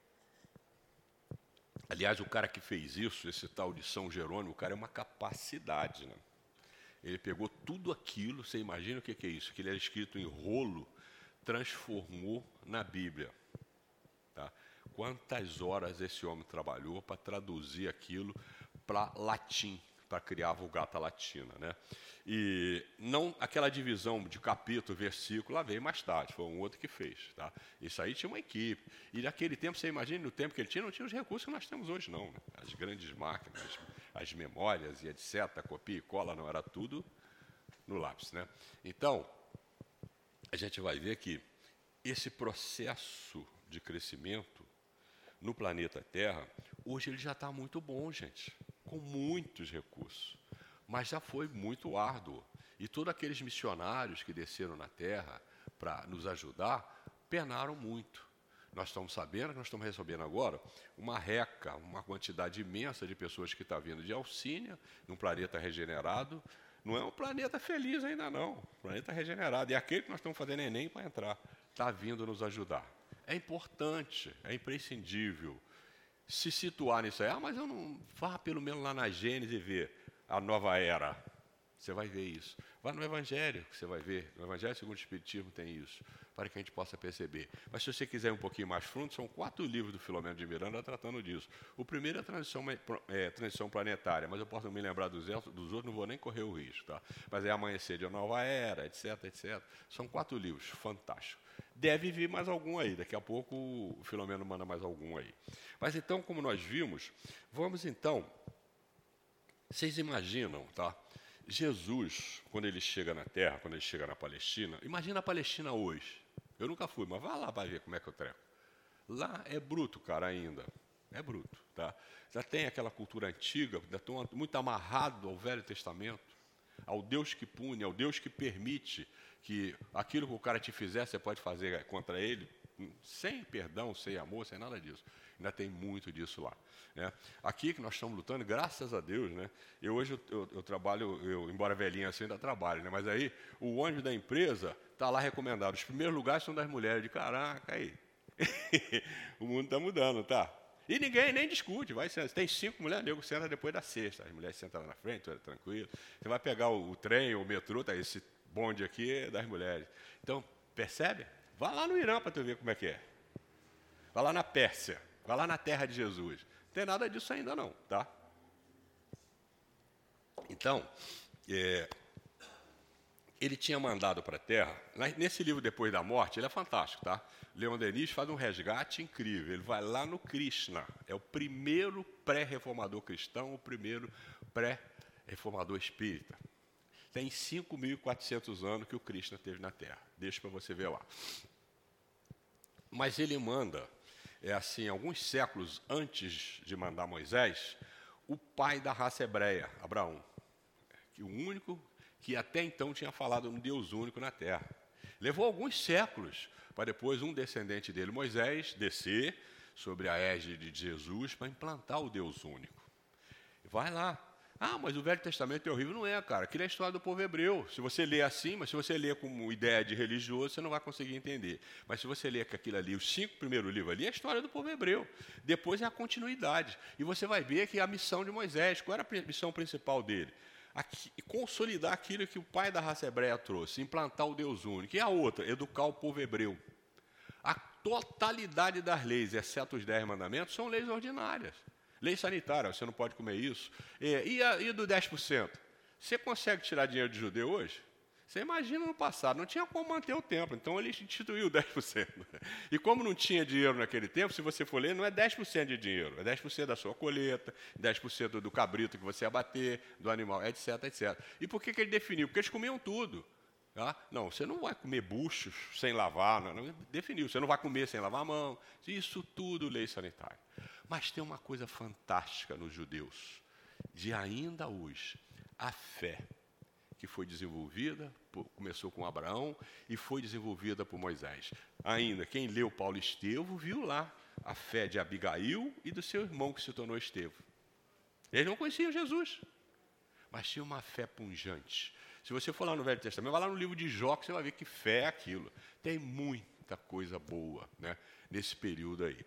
Aliás, o cara que fez isso, esse tal de São Jerônimo, o cara é uma capacidade, né? Ele pegou tudo aquilo, você imagina o que é isso? Que ele era escrito em rolo, transformou na Bíblia. Tá? Quantas horas esse homem trabalhou para traduzir aquilo para latim, para criar a Vulgata Latina, né? E não aquela divisão de capítulo, versículo, lá veio mais tarde, foi um outro que fez. Tá? Isso aí tinha uma equipe. E naquele tempo, você imagina, no tempo que ele tinha, não tinha os recursos que nós temos hoje, não. Né? As grandes máquinas, as memórias e etc., copia e cola, não, era tudo no lápis. Né? Então, a gente vai ver que esse processo de crescimento no planeta Terra, hoje ele já está muito bom, gente, com muitos recursos. Mas já foi muito árduo. E todos aqueles missionários que desceram na Terra para nos ajudar, penaram muito. Nós estamos sabendo que nós estamos recebendo agora uma quantidade imensa de pessoas que estão vindo de Alcínia, num planeta regenerado. Não é um planeta feliz ainda não, um planeta regenerado. E aquele que nós estamos fazendo Enem para entrar, está vindo nos ajudar. É importante, é imprescindível se situar nisso aí. Mas eu não vá pelo menos lá na Gênesis e ver a nova era. Você vai ver isso. Vá no Evangelho, que você vai ver. No Evangelho segundo o Espiritismo tem isso, para que a gente possa perceber. Mas se você quiser ir um pouquinho mais fundo, são 4 livros do Filomeno de Miranda tratando disso. O primeiro é a transição planetária, mas eu posso não me lembrar dos outros, não vou nem correr o risco. Tá? Mas é Amanhecer de uma Nova Era, etc, etc. São 4 livros, fantásticos. Deve vir mais algum aí, daqui a pouco o Filomeno manda mais algum aí. Mas então, como nós vimos, vamos então... Vocês imaginam, tá? Jesus, quando ele chega na Terra, quando ele chega na Palestina, imagina a Palestina hoje. Eu nunca fui, mas vá lá para ver como é que eu treco. Lá é bruto, cara, ainda. É bruto, tá? Já tem aquela cultura antiga, ainda estão muito amarrado ao Velho Testamento, ao Deus que pune, ao Deus que permite que aquilo que o cara te fizer, você pode fazer contra ele, sem perdão, sem amor, sem nada disso. Ainda tem muito disso lá. Né? Aqui que nós estamos lutando, graças a Deus, né? Hoje eu trabalho, embora velhinho assim, ainda trabalho, né? Mas aí o ônibus da empresa está lá recomendado. Os primeiros lugares são das mulheres. De caraca, aí. O mundo está mudando, tá? E ninguém nem discute. Tem 5 mulheres, nego senta depois da sexta. As mulheres sentam lá na frente, tudo tranquilo. Você vai pegar o trem, o metrô, tá? Esse bonde aqui é das mulheres. Então, percebe? Vá lá no Irã para tu ver como é que é. Vá lá na Pérsia. Vá lá na terra de Jesus. Não tem nada disso ainda não, tá? Então, ele tinha mandado para a Terra, nesse livro Depois da Morte, ele é fantástico, tá? Leon Denis faz um resgate incrível, ele vai lá no Krishna, é o primeiro pré-reformador cristão, o primeiro pré-reformador espírita. Tem 5.400 anos que o Krishna teve na Terra, deixa para você ver lá. Mas ele manda... alguns séculos antes de mandar Moisés, o pai da raça hebreia, Abraão, que o único que até então tinha falado um Deus único na terra. Levou alguns séculos para depois um descendente dele, Moisés, descer sobre a égide de Jesus para implantar o Deus único. Vai lá. Mas o Velho Testamento é horrível. Não é, cara. Aquilo é a história do povo hebreu. Se você lê assim, mas se você lê como ideia de religioso, você não vai conseguir entender. Mas se você lê que aquilo ali, os 5 primeiros livros ali, é a história do povo hebreu. Depois é a continuidade. E você vai ver que a missão de Moisés, qual era a missão principal dele? Consolidar aquilo que o pai da raça hebreia trouxe, implantar o Deus único. E a outra, educar o povo hebreu. A totalidade das leis, exceto os 10 mandamentos, são leis ordinárias. Lei sanitária, você não pode comer isso. E do 10%? Você consegue tirar dinheiro de judeu hoje? Você imagina no passado, não tinha como manter o templo, então ele instituiu 10%. E como não tinha dinheiro naquele tempo, se você for ler, não é 10% de dinheiro, é 10% da sua colheita, 10% do cabrito que você abater, do animal, etc, etc. E por que ele definiu? Porque eles comiam tudo. Tá? Não, você não vai comer buchos sem lavar, não definiu, você não vai comer sem lavar a mão, isso tudo lei sanitária. Mas tem uma coisa fantástica nos judeus, de ainda hoje, a fé que foi desenvolvida, começou com Abraão e foi desenvolvida por Moisés. Ainda, quem leu Paulo e Estevão viu lá a fé de Abigail e do seu irmão que se tornou Estevão. Eles não conheciam Jesus, mas tinham uma fé pungente. Se você for lá no Velho Testamento, vai lá no livro de Jó, que você vai ver que fé é aquilo. Tem muita coisa boa, né, nesse período aí.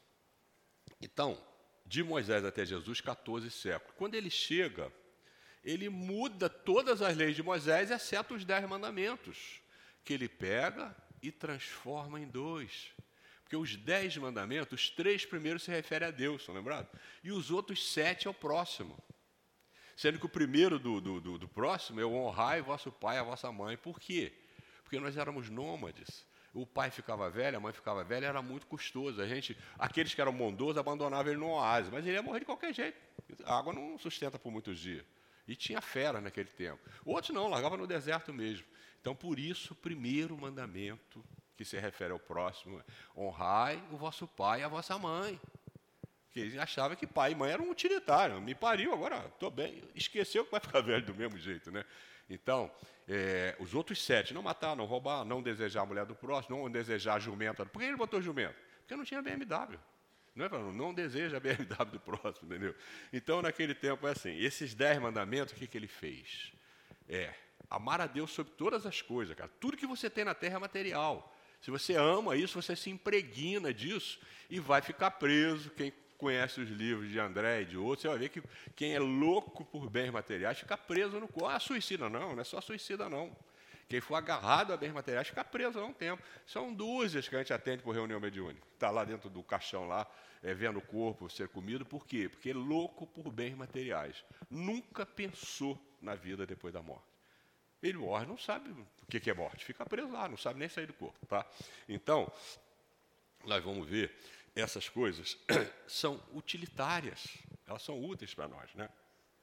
Então, de Moisés até Jesus, 14 séculos. Quando ele chega, ele muda todas as leis de Moisés, exceto os 10 mandamentos, que ele pega e transforma em 2. Porque os 10 mandamentos, os 3 primeiros se referem a Deus, estão lembrados? E os outros 7 ao próximo. Sendo que o primeiro do próximo é o honrai vosso pai e a vossa mãe. Por quê? Porque nós éramos nômades. O pai ficava velho, a mãe ficava velha, era muito custoso. Aqueles que eram bondosos abandonavam ele no oásis, mas ele ia morrer de qualquer jeito. A água não sustenta por muitos dias. E tinha fera naquele tempo. Outros não, largava no deserto mesmo. Então, por isso, o primeiro mandamento que se refere ao próximo é honrai o vosso pai e a vossa mãe. Porque eles achavam que pai e mãe eram utilitários. Me pariu, agora estou bem. Esqueceu que vai ficar velho do mesmo jeito, né? Então, os outros 7, não matar, não roubar, não desejar a mulher do próximo, não desejar a jumenta. Por que ele botou jumenta? Porque não tinha BMW. Não deseja a BMW do próximo, entendeu? Então, naquele tempo é assim. Esses 10 mandamentos, o que ele fez? Amar a Deus sobre todas as coisas, cara. Tudo que você tem na terra é material. Se você ama isso, você se impregna disso e vai ficar preso. Quem conhece os livros de André e de outros, você vai ver que quem é louco por bens materiais fica preso no corpo. Suicida não é só suicida não. Quem for agarrado a bens materiais fica preso há um tempo. São dúzias que a gente atende por reunião mediúnica. Está lá dentro do caixão, lá, vendo o corpo ser comido. Por quê? Porque é louco por bens materiais. Nunca pensou na vida depois da morte. Ele morre, não sabe o que é morte. Fica preso lá, não sabe nem sair do corpo. Tá? Então, nós vamos ver, essas coisas são utilitárias. Elas são úteis para nós, né?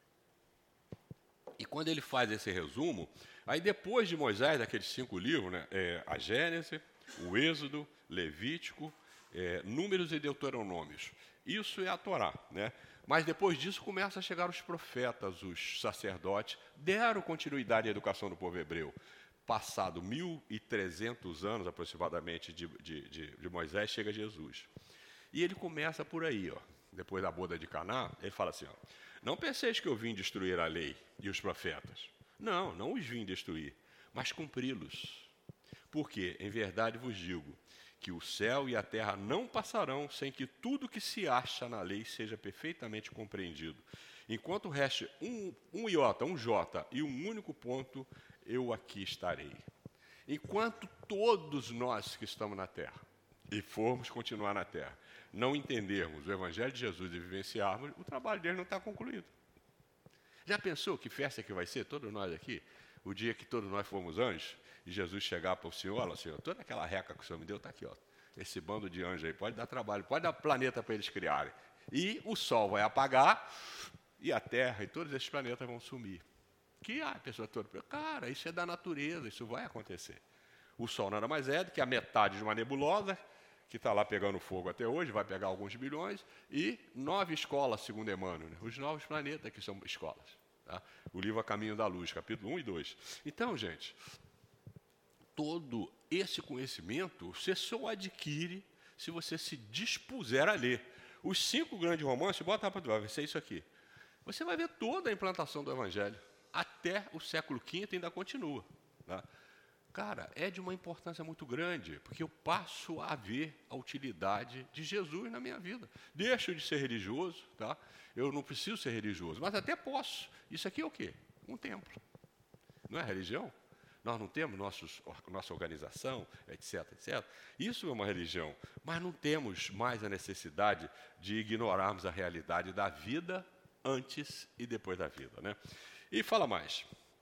E quando ele faz esse resumo, aí depois de Moisés, daqueles 5 livros, né, a Gênesis, o Êxodo, Levítico, Números e Deuteronômios. Isso é a Torá, né? Mas depois disso começam a chegar os profetas, os sacerdotes, deram continuidade à educação do povo hebreu. Passado 1.300 anos aproximadamente de Moisés, chega Jesus. E ele começa por aí, depois da boda de Caná, ele fala assim, não penseis que eu vim destruir a lei e os profetas. Não os vim destruir, mas cumpri-los. Porque, em verdade vos digo, que o céu e a terra não passarão sem que tudo que se acha na lei seja perfeitamente compreendido. Enquanto reste um iota, um jota e um único ponto, eu aqui estarei. Enquanto todos nós que estamos na terra, e formos continuar na terra, não entendermos o Evangelho de Jesus e vivenciarmos, o trabalho dele não está concluído. Já pensou que festa que vai ser, todos nós aqui, o dia que todos nós formos anjos, e Jesus chegar para o Senhor, olha, Senhor, toda aquela reca que o Senhor me deu está aqui, esse bando de anjos aí, pode dar trabalho, pode dar planeta para eles criarem. E o Sol vai apagar, e a Terra e todos esses planetas vão sumir. A pessoa toda, cara, isso é da natureza, isso vai acontecer. O Sol nada mais é do que a metade de uma nebulosa, que está lá pegando fogo até hoje, vai pegar alguns bilhões, e 9 escolas, segundo Emmanuel, né? Os novos planetas que são escolas. Tá? O livro A Caminho da Luz, capítulo 1 e 2. Então, gente, todo esse conhecimento você só adquire se você se dispuser a ler. Os 5 grandes romances, bota para vai ser isso aqui. Você vai ver toda a implantação do Evangelho. Até o século V ainda continua. Tá? Cara, é de uma importância muito grande, porque eu passo a ver a utilidade de Jesus na minha vida. Deixo de ser religioso, tá? Eu não preciso ser religioso, mas até posso. Isso aqui é o quê? Um templo. Não é religião? Nós não temos nossa organização, etc, etc. Isso é uma religião, mas não temos mais a necessidade de ignorarmos a realidade da vida antes e depois da vida, né? E fala mais.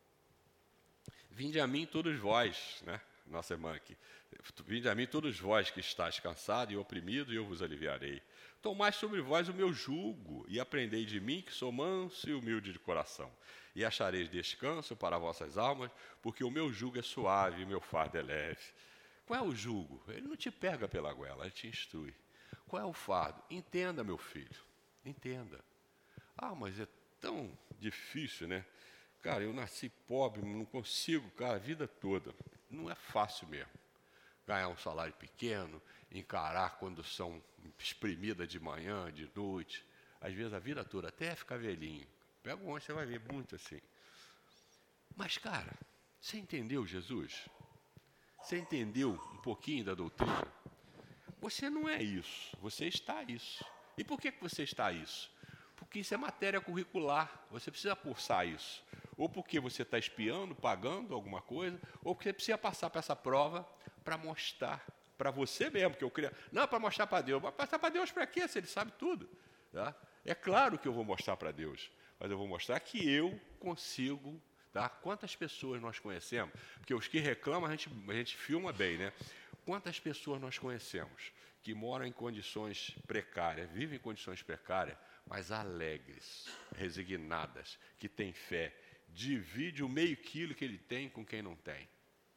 Vinde a mim todos vós, né? Nossa irmã aqui. Vinde a mim todos vós que estáis cansados e oprimidos, e eu vos aliviarei. Tomai sobre vós o meu jugo, e aprendei de mim, que sou manso e humilde de coração. e achareis descanso para vossas almas, porque o meu jugo é suave e o meu fardo é leve. Qual é o jugo? Ele não te pega pela goela, ele te instrui. Qual é o fardo? Entenda, meu filho, entenda. Ah, mas é tão difícil, né? Cara, eu nasci pobre, não consigo, cara, a vida toda. Não é fácil mesmo. Ganhar um salário pequeno, encarar a condução exprimida de manhã, de noite, às vezes a vida toda, até ficar velhinho. Pega um ônibus, você vai ver muito assim. Mas, cara, você entendeu Jesus? Você entendeu um pouquinho da doutrina? Você não é isso, você está isso. E por que você está isso? Porque isso é matéria curricular, você precisa cursar isso. Ou porque você está espiando, pagando alguma coisa, ou porque você precisa passar para essa prova para mostrar para você mesmo, que eu queria. Não, para mostrar para Deus. Mas mostrar para Deus para quê, se Ele sabe tudo? Tá? É claro que eu vou mostrar para Deus, mas eu vou mostrar que eu consigo. Tá? Quantas pessoas nós conhecemos? Porque os que reclamam, a gente filma bem, né? Quantas pessoas nós conhecemos que moram em condições precárias, vivem em condições precárias, mas alegres, resignadas, que têm fé, divide o meio quilo que ele tem com quem não tem.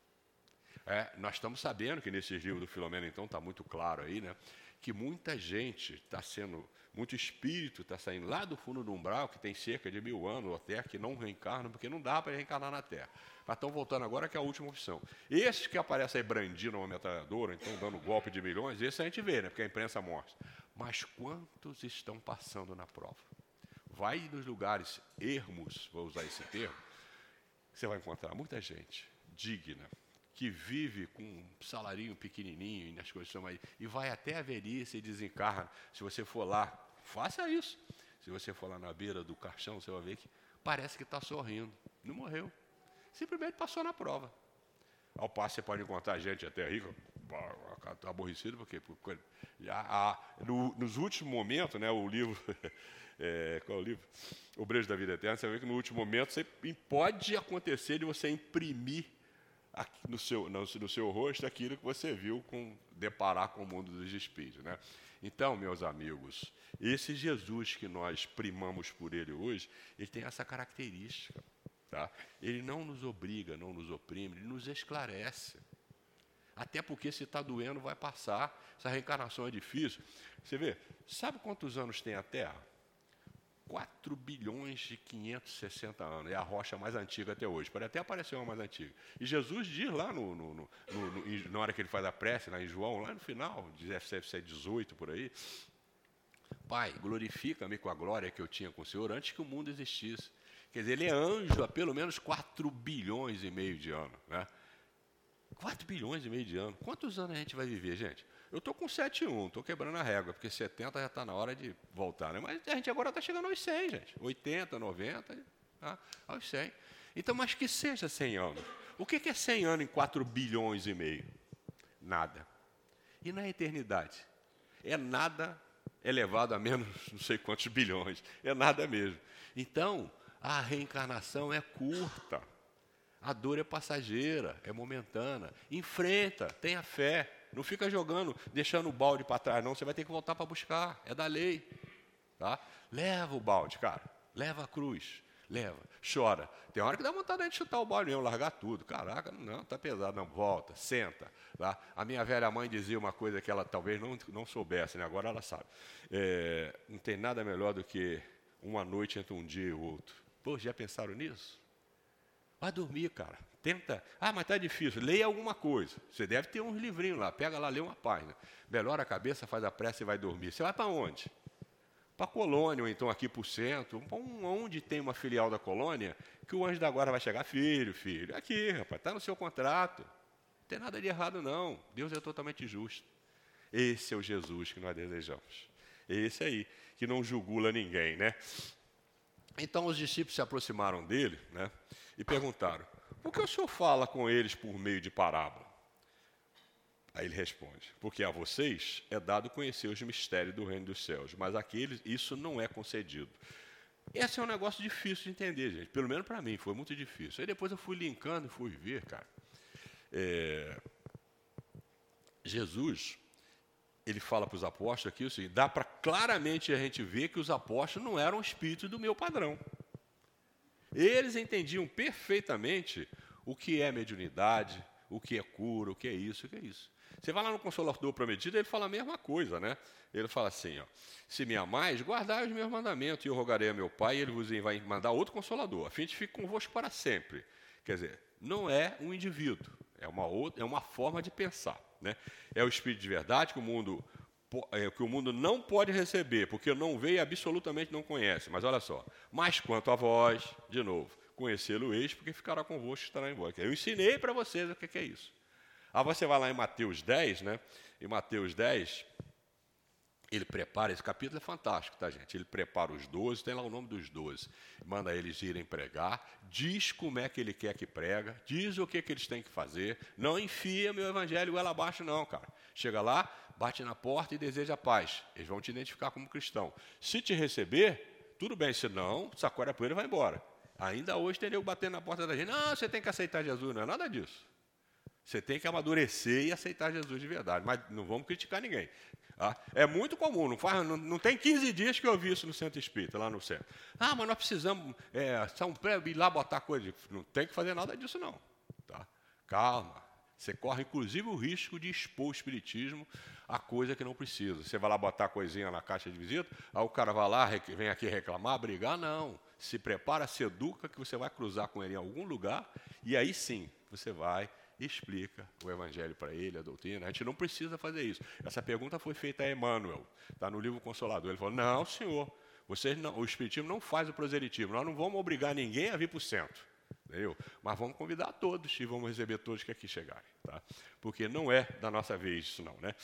Nós estamos sabendo que nesse livro do Filomeno, então, está muito claro aí, né? Que muita gente está sendo, muito espírito está saindo lá do fundo do umbral, que tem cerca de 1000 anos, até que não reencarnam, porque não dá para reencarnar na Terra. Mas estão voltando agora, que é a última opção. Esses que aparecem aí brandindo uma metralhadora, então dando golpe de milhões, esses a gente vê, né? Porque a imprensa mostra. Mas quantos estão passando na prova? Vai nos lugares ermos, vou usar esse termo, você vai encontrar muita gente digna, que vive com um salarinho pequenininho e nas coisas aí, e vai até a velhice e desencarna. Se você for lá, faça isso. Se você for lá na beira do caixão, você vai ver que parece que está sorrindo. Não morreu. Simplesmente passou na prova. Ao passo, você pode encontrar gente até rica, aborrecido, porque nos últimos momentos, né, o livro... qual é o livro? O Brejo da Vida Eterna, você vai ver que no último momento pode acontecer de você imprimir no seu rosto aquilo que você viu deparar com o mundo dos espíritos, né? Então, meus amigos, esse Jesus que nós primamos por ele hoje, ele tem essa característica, tá? Ele não nos obriga, não nos oprime, ele nos esclarece. Até porque se está doendo, vai passar. Essa reencarnação é difícil. Você vê, sabe quantos anos tem a Terra? 4 bilhões e 560 anos. É a rocha mais antiga até hoje. Pode até aparecer uma mais antiga. E Jesus diz lá, na hora que ele faz a prece, lá em João, lá no final, deve ser 18 por aí, Pai, glorifica-me com a glória que eu tinha com o Senhor antes que o mundo existisse. Quer dizer, ele é anjo há pelo menos 4 bilhões e meio de anos. Né? 4 bilhões e meio de anos. Quantos anos a gente vai viver, gente? Eu estou com 7,1, estou quebrando a régua, porque 70 já está na hora de voltar. Né? Mas a gente agora está chegando aos 100, gente. 80, 90, tá? Aos 100. Então, mas que seja 100 anos. O que é 100 anos em 4 bilhões e meio? Nada. E na eternidade? É nada elevado a menos não sei quantos bilhões. É nada mesmo. Então, a reencarnação é curta. A dor é passageira, é momentânea. Enfrenta, tenha fé. Não fica jogando, deixando o balde para trás, não. Você vai ter que voltar para buscar. É da lei. Tá? Leva o balde, cara. Leva a cruz. Leva. Chora. Tem hora que dá vontade de chutar o balde mesmo, largar tudo. Caraca, não, está pesado. Não, volta, senta. Tá? A minha velha mãe dizia uma coisa que ela talvez não soubesse, né? Agora ela sabe. Não tem nada melhor do que uma noite entre um dia e o outro. Pô, já pensaram nisso? Vai dormir, cara. Tenta. Ah, mas está difícil. Leia alguma coisa. Você deve ter uns livrinhos lá. Pega lá, lê uma página. Melhora a cabeça, faz a prece e vai dormir. Você vai para onde? Para a colônia, ou então aqui para o centro. Onde tem uma filial da colônia, que o anjo da guarda vai chegar. Filho. Aqui, rapaz, está no seu contrato. Não tem nada de errado, não. Deus é totalmente justo. Esse é o Jesus que nós desejamos. Esse aí, que não julgula ninguém, né? Então, os discípulos se aproximaram dele, né? E perguntaram, por que o senhor fala com eles por meio de parábola? Aí ele responde, porque a vocês é dado conhecer os mistérios do reino dos céus, mas àqueles isso não é concedido. Esse é um negócio difícil de entender, gente. Pelo menos para mim, foi muito difícil. Aí depois eu fui linkando e fui ver, cara. Jesus, ele fala para os apóstolos aqui o seguinte, dá para claramente a gente ver que os apóstolos não eram espíritos do meu padrão. Eles entendiam perfeitamente o que é mediunidade, o que é cura, o que é isso, o que é isso. Você vai lá no Consolador Prometido, ele fala a mesma coisa, né? Ele fala assim, ó, se me amais, guardai os meus mandamentos, e eu rogarei a meu Pai, e ele vos vai mandar outro Consolador, a fim de ficar convosco para sempre. Quer dizer, não é um indivíduo, é uma forma de pensar, né? É o Espírito de verdade que o mundo não pode receber, porque não veio e absolutamente não conhece. Mas olha só, mas quanto a vós, de novo, conhecê-lo-eis, porque ficará convosco e estará em vós. Eu ensinei para vocês o que é isso. Aí você vai lá em Mateus 10, né? Em Mateus 10, ele prepara, esse capítulo é fantástico, tá, gente? Ele prepara os 12, tem lá o nome dos 12, manda eles irem pregar, diz como é que ele quer que prega, diz o que eles têm que fazer, não enfia meu evangelho goela abaixo não, cara. Chega lá, bate na porta e deseja paz. Eles vão te identificar como cristão. Se te receber, tudo bem, se não, sacode a poeira e vai embora. Ainda hoje tem eu batendo na porta da gente, não, você tem que aceitar Jesus, não é nada disso. Você tem que amadurecer e aceitar Jesus de verdade, mas não vamos criticar ninguém. Tá? É muito comum, não tem 15 dias que eu vi isso no Centro Espírita, lá no centro. Ah, mas nós precisamos, São Pedro, ir lá botar coisa. Não tem que fazer nada disso, não. Tá? Calma. Você corre, inclusive, o risco de expor o espiritismo a coisa que não precisa. Você vai lá botar coisinha na caixa de visita, aí o cara vai lá, vem aqui reclamar, brigar, não. Se prepara, se educa, que você vai cruzar com ele em algum lugar, e aí sim, você vai e explica o evangelho para ele, a doutrina. A gente não precisa fazer isso. Essa pergunta foi feita a Emmanuel, está no livro Consolador. Ele falou, não, senhor, o espiritismo não faz o proselitismo, nós não vamos obrigar ninguém a vir para o centro. Entendeu? Mas vamos convidar todos e vamos receber todos que aqui chegarem. Tá? Porque não é da nossa vez isso não, né?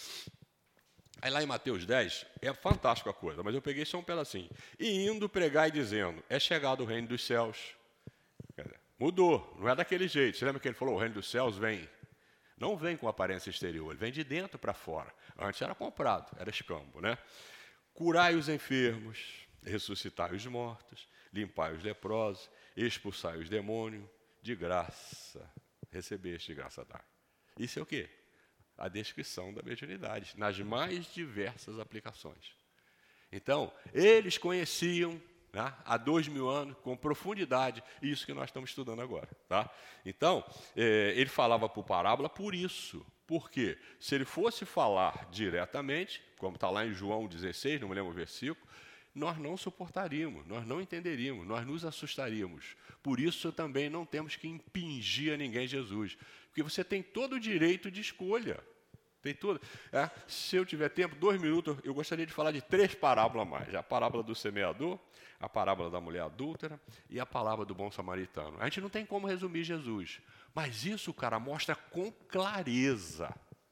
Aí lá em Mateus 10, é fantástica a coisa, mas eu peguei só um pedacinho. E indo pregar e dizendo, é chegado o reino dos céus. Quer dizer, mudou, não é daquele jeito. Você lembra que ele falou, o reino dos céus vem? Não vem com aparência exterior, ele vem de dentro para fora. Antes era comprado, era escambo, né? Curai os enfermos, ressuscitai os mortos, limpai os leprosos, expulsai os demônios, de graça, recebeste de graça dar. Isso é o quê? A descrição da mediunidade, nas mais diversas aplicações. Então, eles conheciam, né, há 2000 anos, com profundidade, isso que nós estamos estudando agora. Tá? Então, ele falava por parábola por isso. Por quê? Se ele fosse falar diretamente, como está lá em João 16, não me lembro o versículo, nós não suportaríamos, nós não entenderíamos, nós nos assustaríamos. Por isso também não temos que impingir a ninguém Jesus. Porque você tem todo o direito de escolha. Tem tudo. Se eu tiver tempo, 2 minutos, eu gostaria de falar de 3 parábolas a mais. A parábola do semeador, a parábola da mulher adúltera e a parábola do bom samaritano. A gente não tem como resumir Jesus. Mas isso, cara, mostra com clareza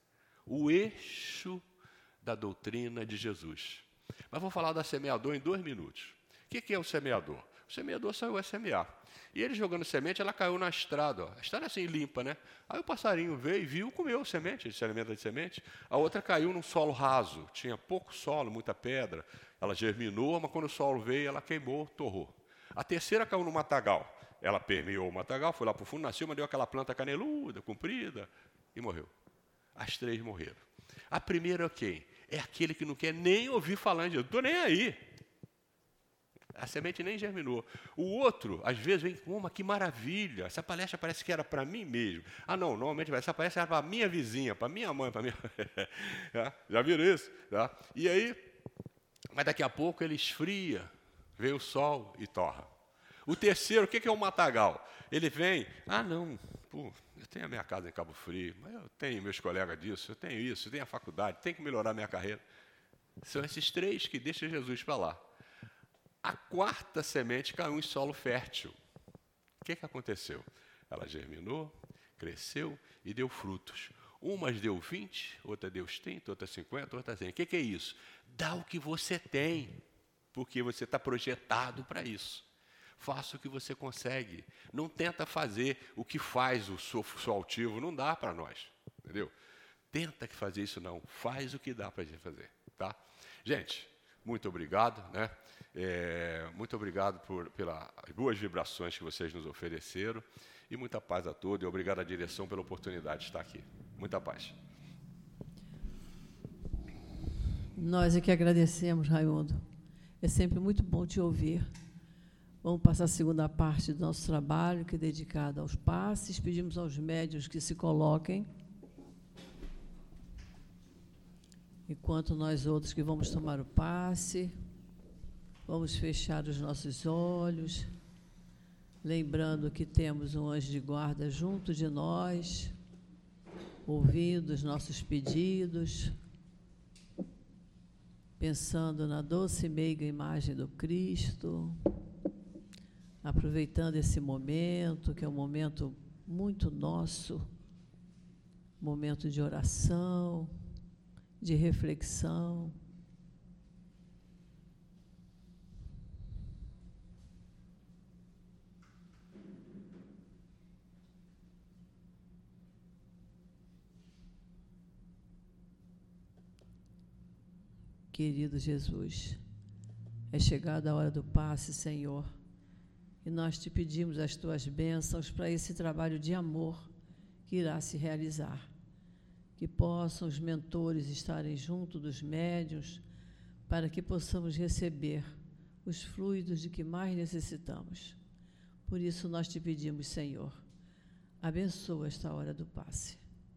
o eixo da doutrina de Jesus. Mas vou falar da semeador em 2 minutos. O que é o semeador? O semeador saiu a semear. E ele jogando semente, ela caiu na estrada. Ó. A estrada é assim, limpa, né? Aí o passarinho veio e viu, comeu semente, ele se alimenta de semente. A outra caiu num solo raso. Tinha pouco solo, muita pedra. Ela germinou, mas quando o solo veio, ela queimou, torrou. A terceira caiu no matagal. Ela permeou o matagal, foi lá para o fundo, nasceu, mas deu aquela planta caneluda, comprida, e morreu. As 3 morreram. A primeira é quem? É aquele que não quer nem ouvir falar em Jesus. Estou nem aí. A semente nem germinou. O outro, às vezes, vem com uma, que maravilha. Essa palestra parece que era para mim mesmo. Ah, não, normalmente essa palestra era para a minha vizinha, para a minha mãe, para a minha... Já viram isso? Tá? E aí, mas daqui a pouco ele esfria, vem o sol e torra. O terceiro, o que é o matagal? Ele vem, não, eu tenho a minha casa em Cabo Frio, mas eu tenho meus colegas disso, eu tenho isso, eu tenho a faculdade, tenho que melhorar a minha carreira. São esses 3 que deixam Jesus para lá. A 4ª semente caiu em solo fértil. O que aconteceu? Ela germinou, cresceu e deu frutos. Umas deu 20, outra deu 30, outra 50, outra 100. O que é isso? Dá o que você tem, porque você está projetado para isso. Faça o que você consegue. Não tenta fazer o que faz o seu altivo. Não dá para nós. Entendeu? Tenta que fazer isso não. Faz o que dá para a gente fazer. Tá? Gente, muito obrigado. Né? Muito obrigado pelas boas vibrações que vocês nos ofereceram. E muita paz a todos. E obrigado à direção pela oportunidade de estar aqui. Muita paz. Nós é que agradecemos, Raimundo. É sempre muito bom te ouvir. Vamos passar a segunda parte do nosso trabalho, que é dedicada aos passes. Pedimos aos médiuns que se coloquem, enquanto nós outros que vamos tomar o passe, vamos fechar os nossos olhos, lembrando que temos um anjo de guarda junto de nós, ouvindo os nossos pedidos, pensando na doce e meiga imagem do Cristo, aproveitando esse momento, que é um momento muito nosso, momento de oração, de reflexão. Querido Jesus, é chegada a hora do passe, Senhor, e nós te pedimos as tuas bênçãos para esse trabalho de amor que irá se realizar. Que possam os mentores estarem junto dos médiuns para que possamos receber os fluidos de que mais necessitamos. Por isso nós te pedimos, Senhor, abençoa esta hora do passe.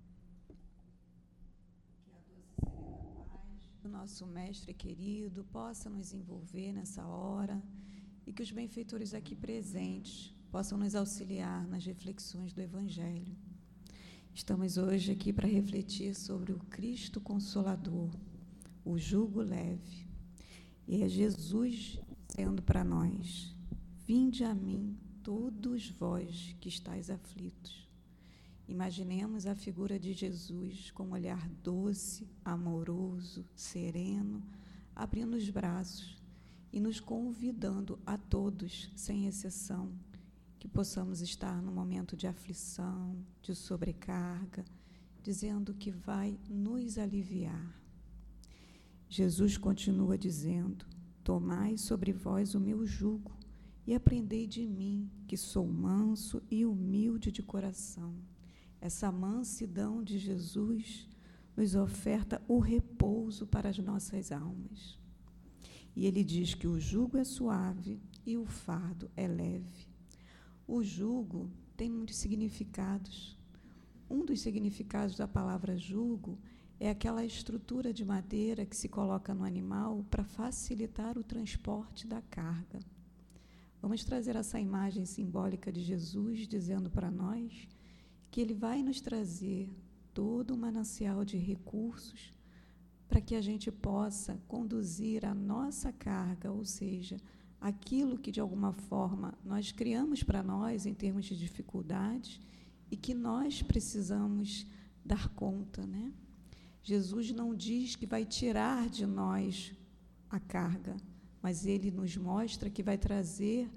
O nosso mestre querido possa nos envolver nessa hora e que os benfeitores aqui presentes possam nos auxiliar nas reflexões do Evangelho. Estamos hoje aqui para refletir sobre o Cristo Consolador, o jugo leve. E é Jesus dizendo para nós: vinde a mim, todos vós que estáis aflitos. Imaginemos a figura de Jesus com um olhar doce, amoroso, sereno, abrindo os braços e nos convidando a todos, sem exceção, que possamos estar no momento de aflição, de sobrecarga, dizendo que vai nos aliviar. Jesus continua dizendo: tomai sobre vós o meu jugo e aprendei de mim, que sou manso e humilde de coração. Essa mansidão de Jesus nos oferta o repouso para as nossas almas. E ele diz que o jugo é suave e o fardo é leve. O jugo tem muitos significados. Um dos significados da palavra jugo é aquela estrutura de madeira que se coloca no animal para facilitar o transporte da carga. Vamos trazer essa imagem simbólica de Jesus dizendo para nós que ele vai nos trazer todo um manancial de recursos para que a gente possa conduzir a nossa carga, ou seja, aquilo que de alguma forma nós criamos para nós em termos de dificuldades e que nós precisamos dar conta, né? Jesus não diz que vai tirar de nós a carga, mas ele nos mostra que vai trazer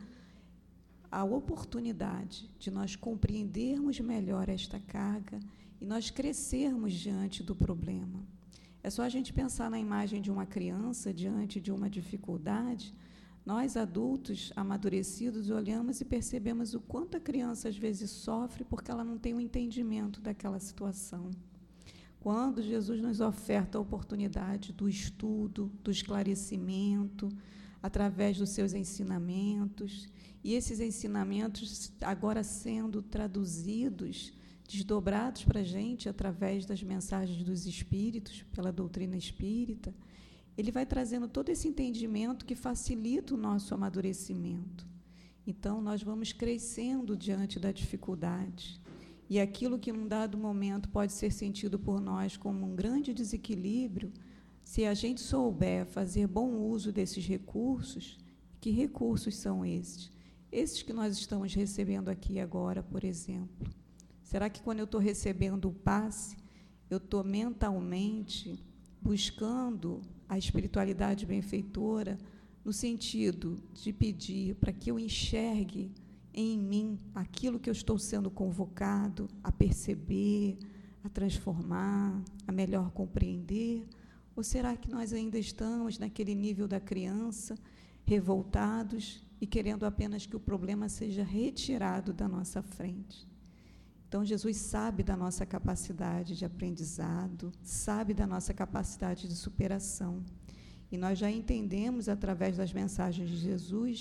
a oportunidade de nós compreendermos melhor esta carga e nós crescermos diante do problema. É só a gente pensar na imagem de uma criança diante de uma dificuldade. Nós, adultos amadurecidos, olhamos e percebemos o quanto a criança às vezes sofre porque ela não tem o entendimento daquela situação. Quando Jesus nos oferta a oportunidade do estudo, do esclarecimento, através dos seus ensinamentos, e esses ensinamentos agora sendo traduzidos, desdobrados para a gente através das mensagens dos espíritos, pela doutrina espírita, ele vai trazendo todo esse entendimento que facilita o nosso amadurecimento. Então, nós vamos crescendo diante da dificuldade. E aquilo que, num dado momento, pode ser sentido por nós como um grande desequilíbrio, se a gente souber fazer bom uso desses recursos, que recursos são esses? Esses que nós estamos recebendo aqui agora, por exemplo. Será que quando eu estou recebendo o passe, eu estou mentalmente buscando a espiritualidade benfeitora no sentido de pedir para que eu enxergue em mim aquilo que eu estou sendo convocado a perceber, a transformar, a melhor compreender? Ou será que nós ainda estamos naquele nível da criança, revoltados e querendo apenas que o problema seja retirado da nossa frente? Então, Jesus sabe da nossa capacidade de aprendizado, sabe da nossa capacidade de superação. E nós já entendemos, através das mensagens de Jesus,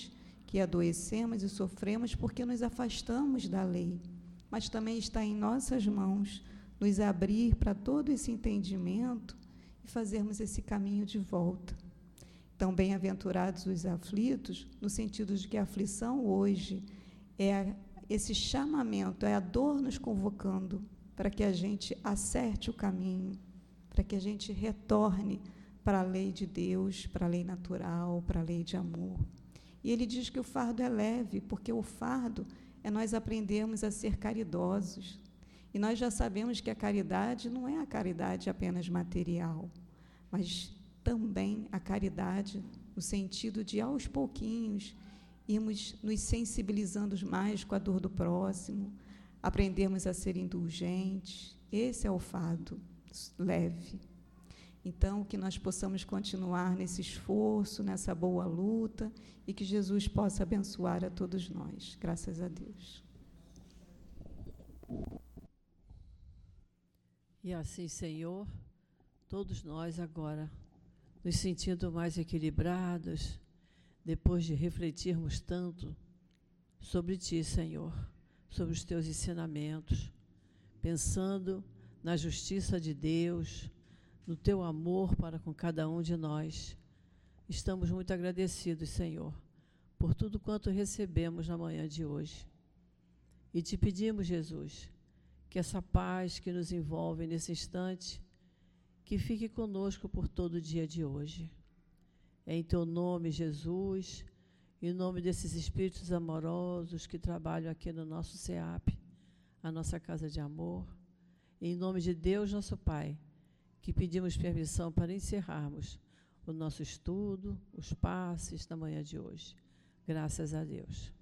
que adoecemos e sofremos porque nos afastamos da lei, mas também está em nossas mãos nos abrir para todo esse entendimento e fazermos esse caminho de volta. Então, bem-aventurados os aflitos, no sentido de que a aflição hoje é esse chamamento, é a dor nos convocando para que a gente acerte o caminho, para que a gente retorne para a lei de Deus, para a lei natural, para a lei de amor. E ele diz que o fardo é leve, porque o fardo é nós aprendermos a ser caridosos. E nós já sabemos que a caridade não é a caridade apenas material, mas também a caridade no sentido de, aos pouquinhos, irmos nos sensibilizando mais com a dor do próximo, aprendermos a ser indulgentes. Esse é o fardo leve. Então, que nós possamos continuar nesse esforço, nessa boa luta, e que Jesus possa abençoar a todos nós. Graças a Deus. E assim, Senhor, todos nós agora, nos sentindo mais equilibrados, depois de refletirmos tanto sobre Ti, Senhor, sobre os Teus ensinamentos, pensando na justiça de Deus, no Teu amor para com cada um de nós. Estamos muito agradecidos, Senhor, por tudo quanto recebemos na manhã de hoje. E Te pedimos, Jesus, que essa paz que nos envolve nesse instante, que fique conosco por todo o dia de hoje. É em Teu nome, Jesus, em nome desses espíritos amorosos que trabalham aqui no nosso SEAP, a nossa casa de amor, em nome de Deus, nosso Pai, que pedimos permissão para encerrarmos o nosso estudo, os passes da manhã de hoje. Graças a Deus.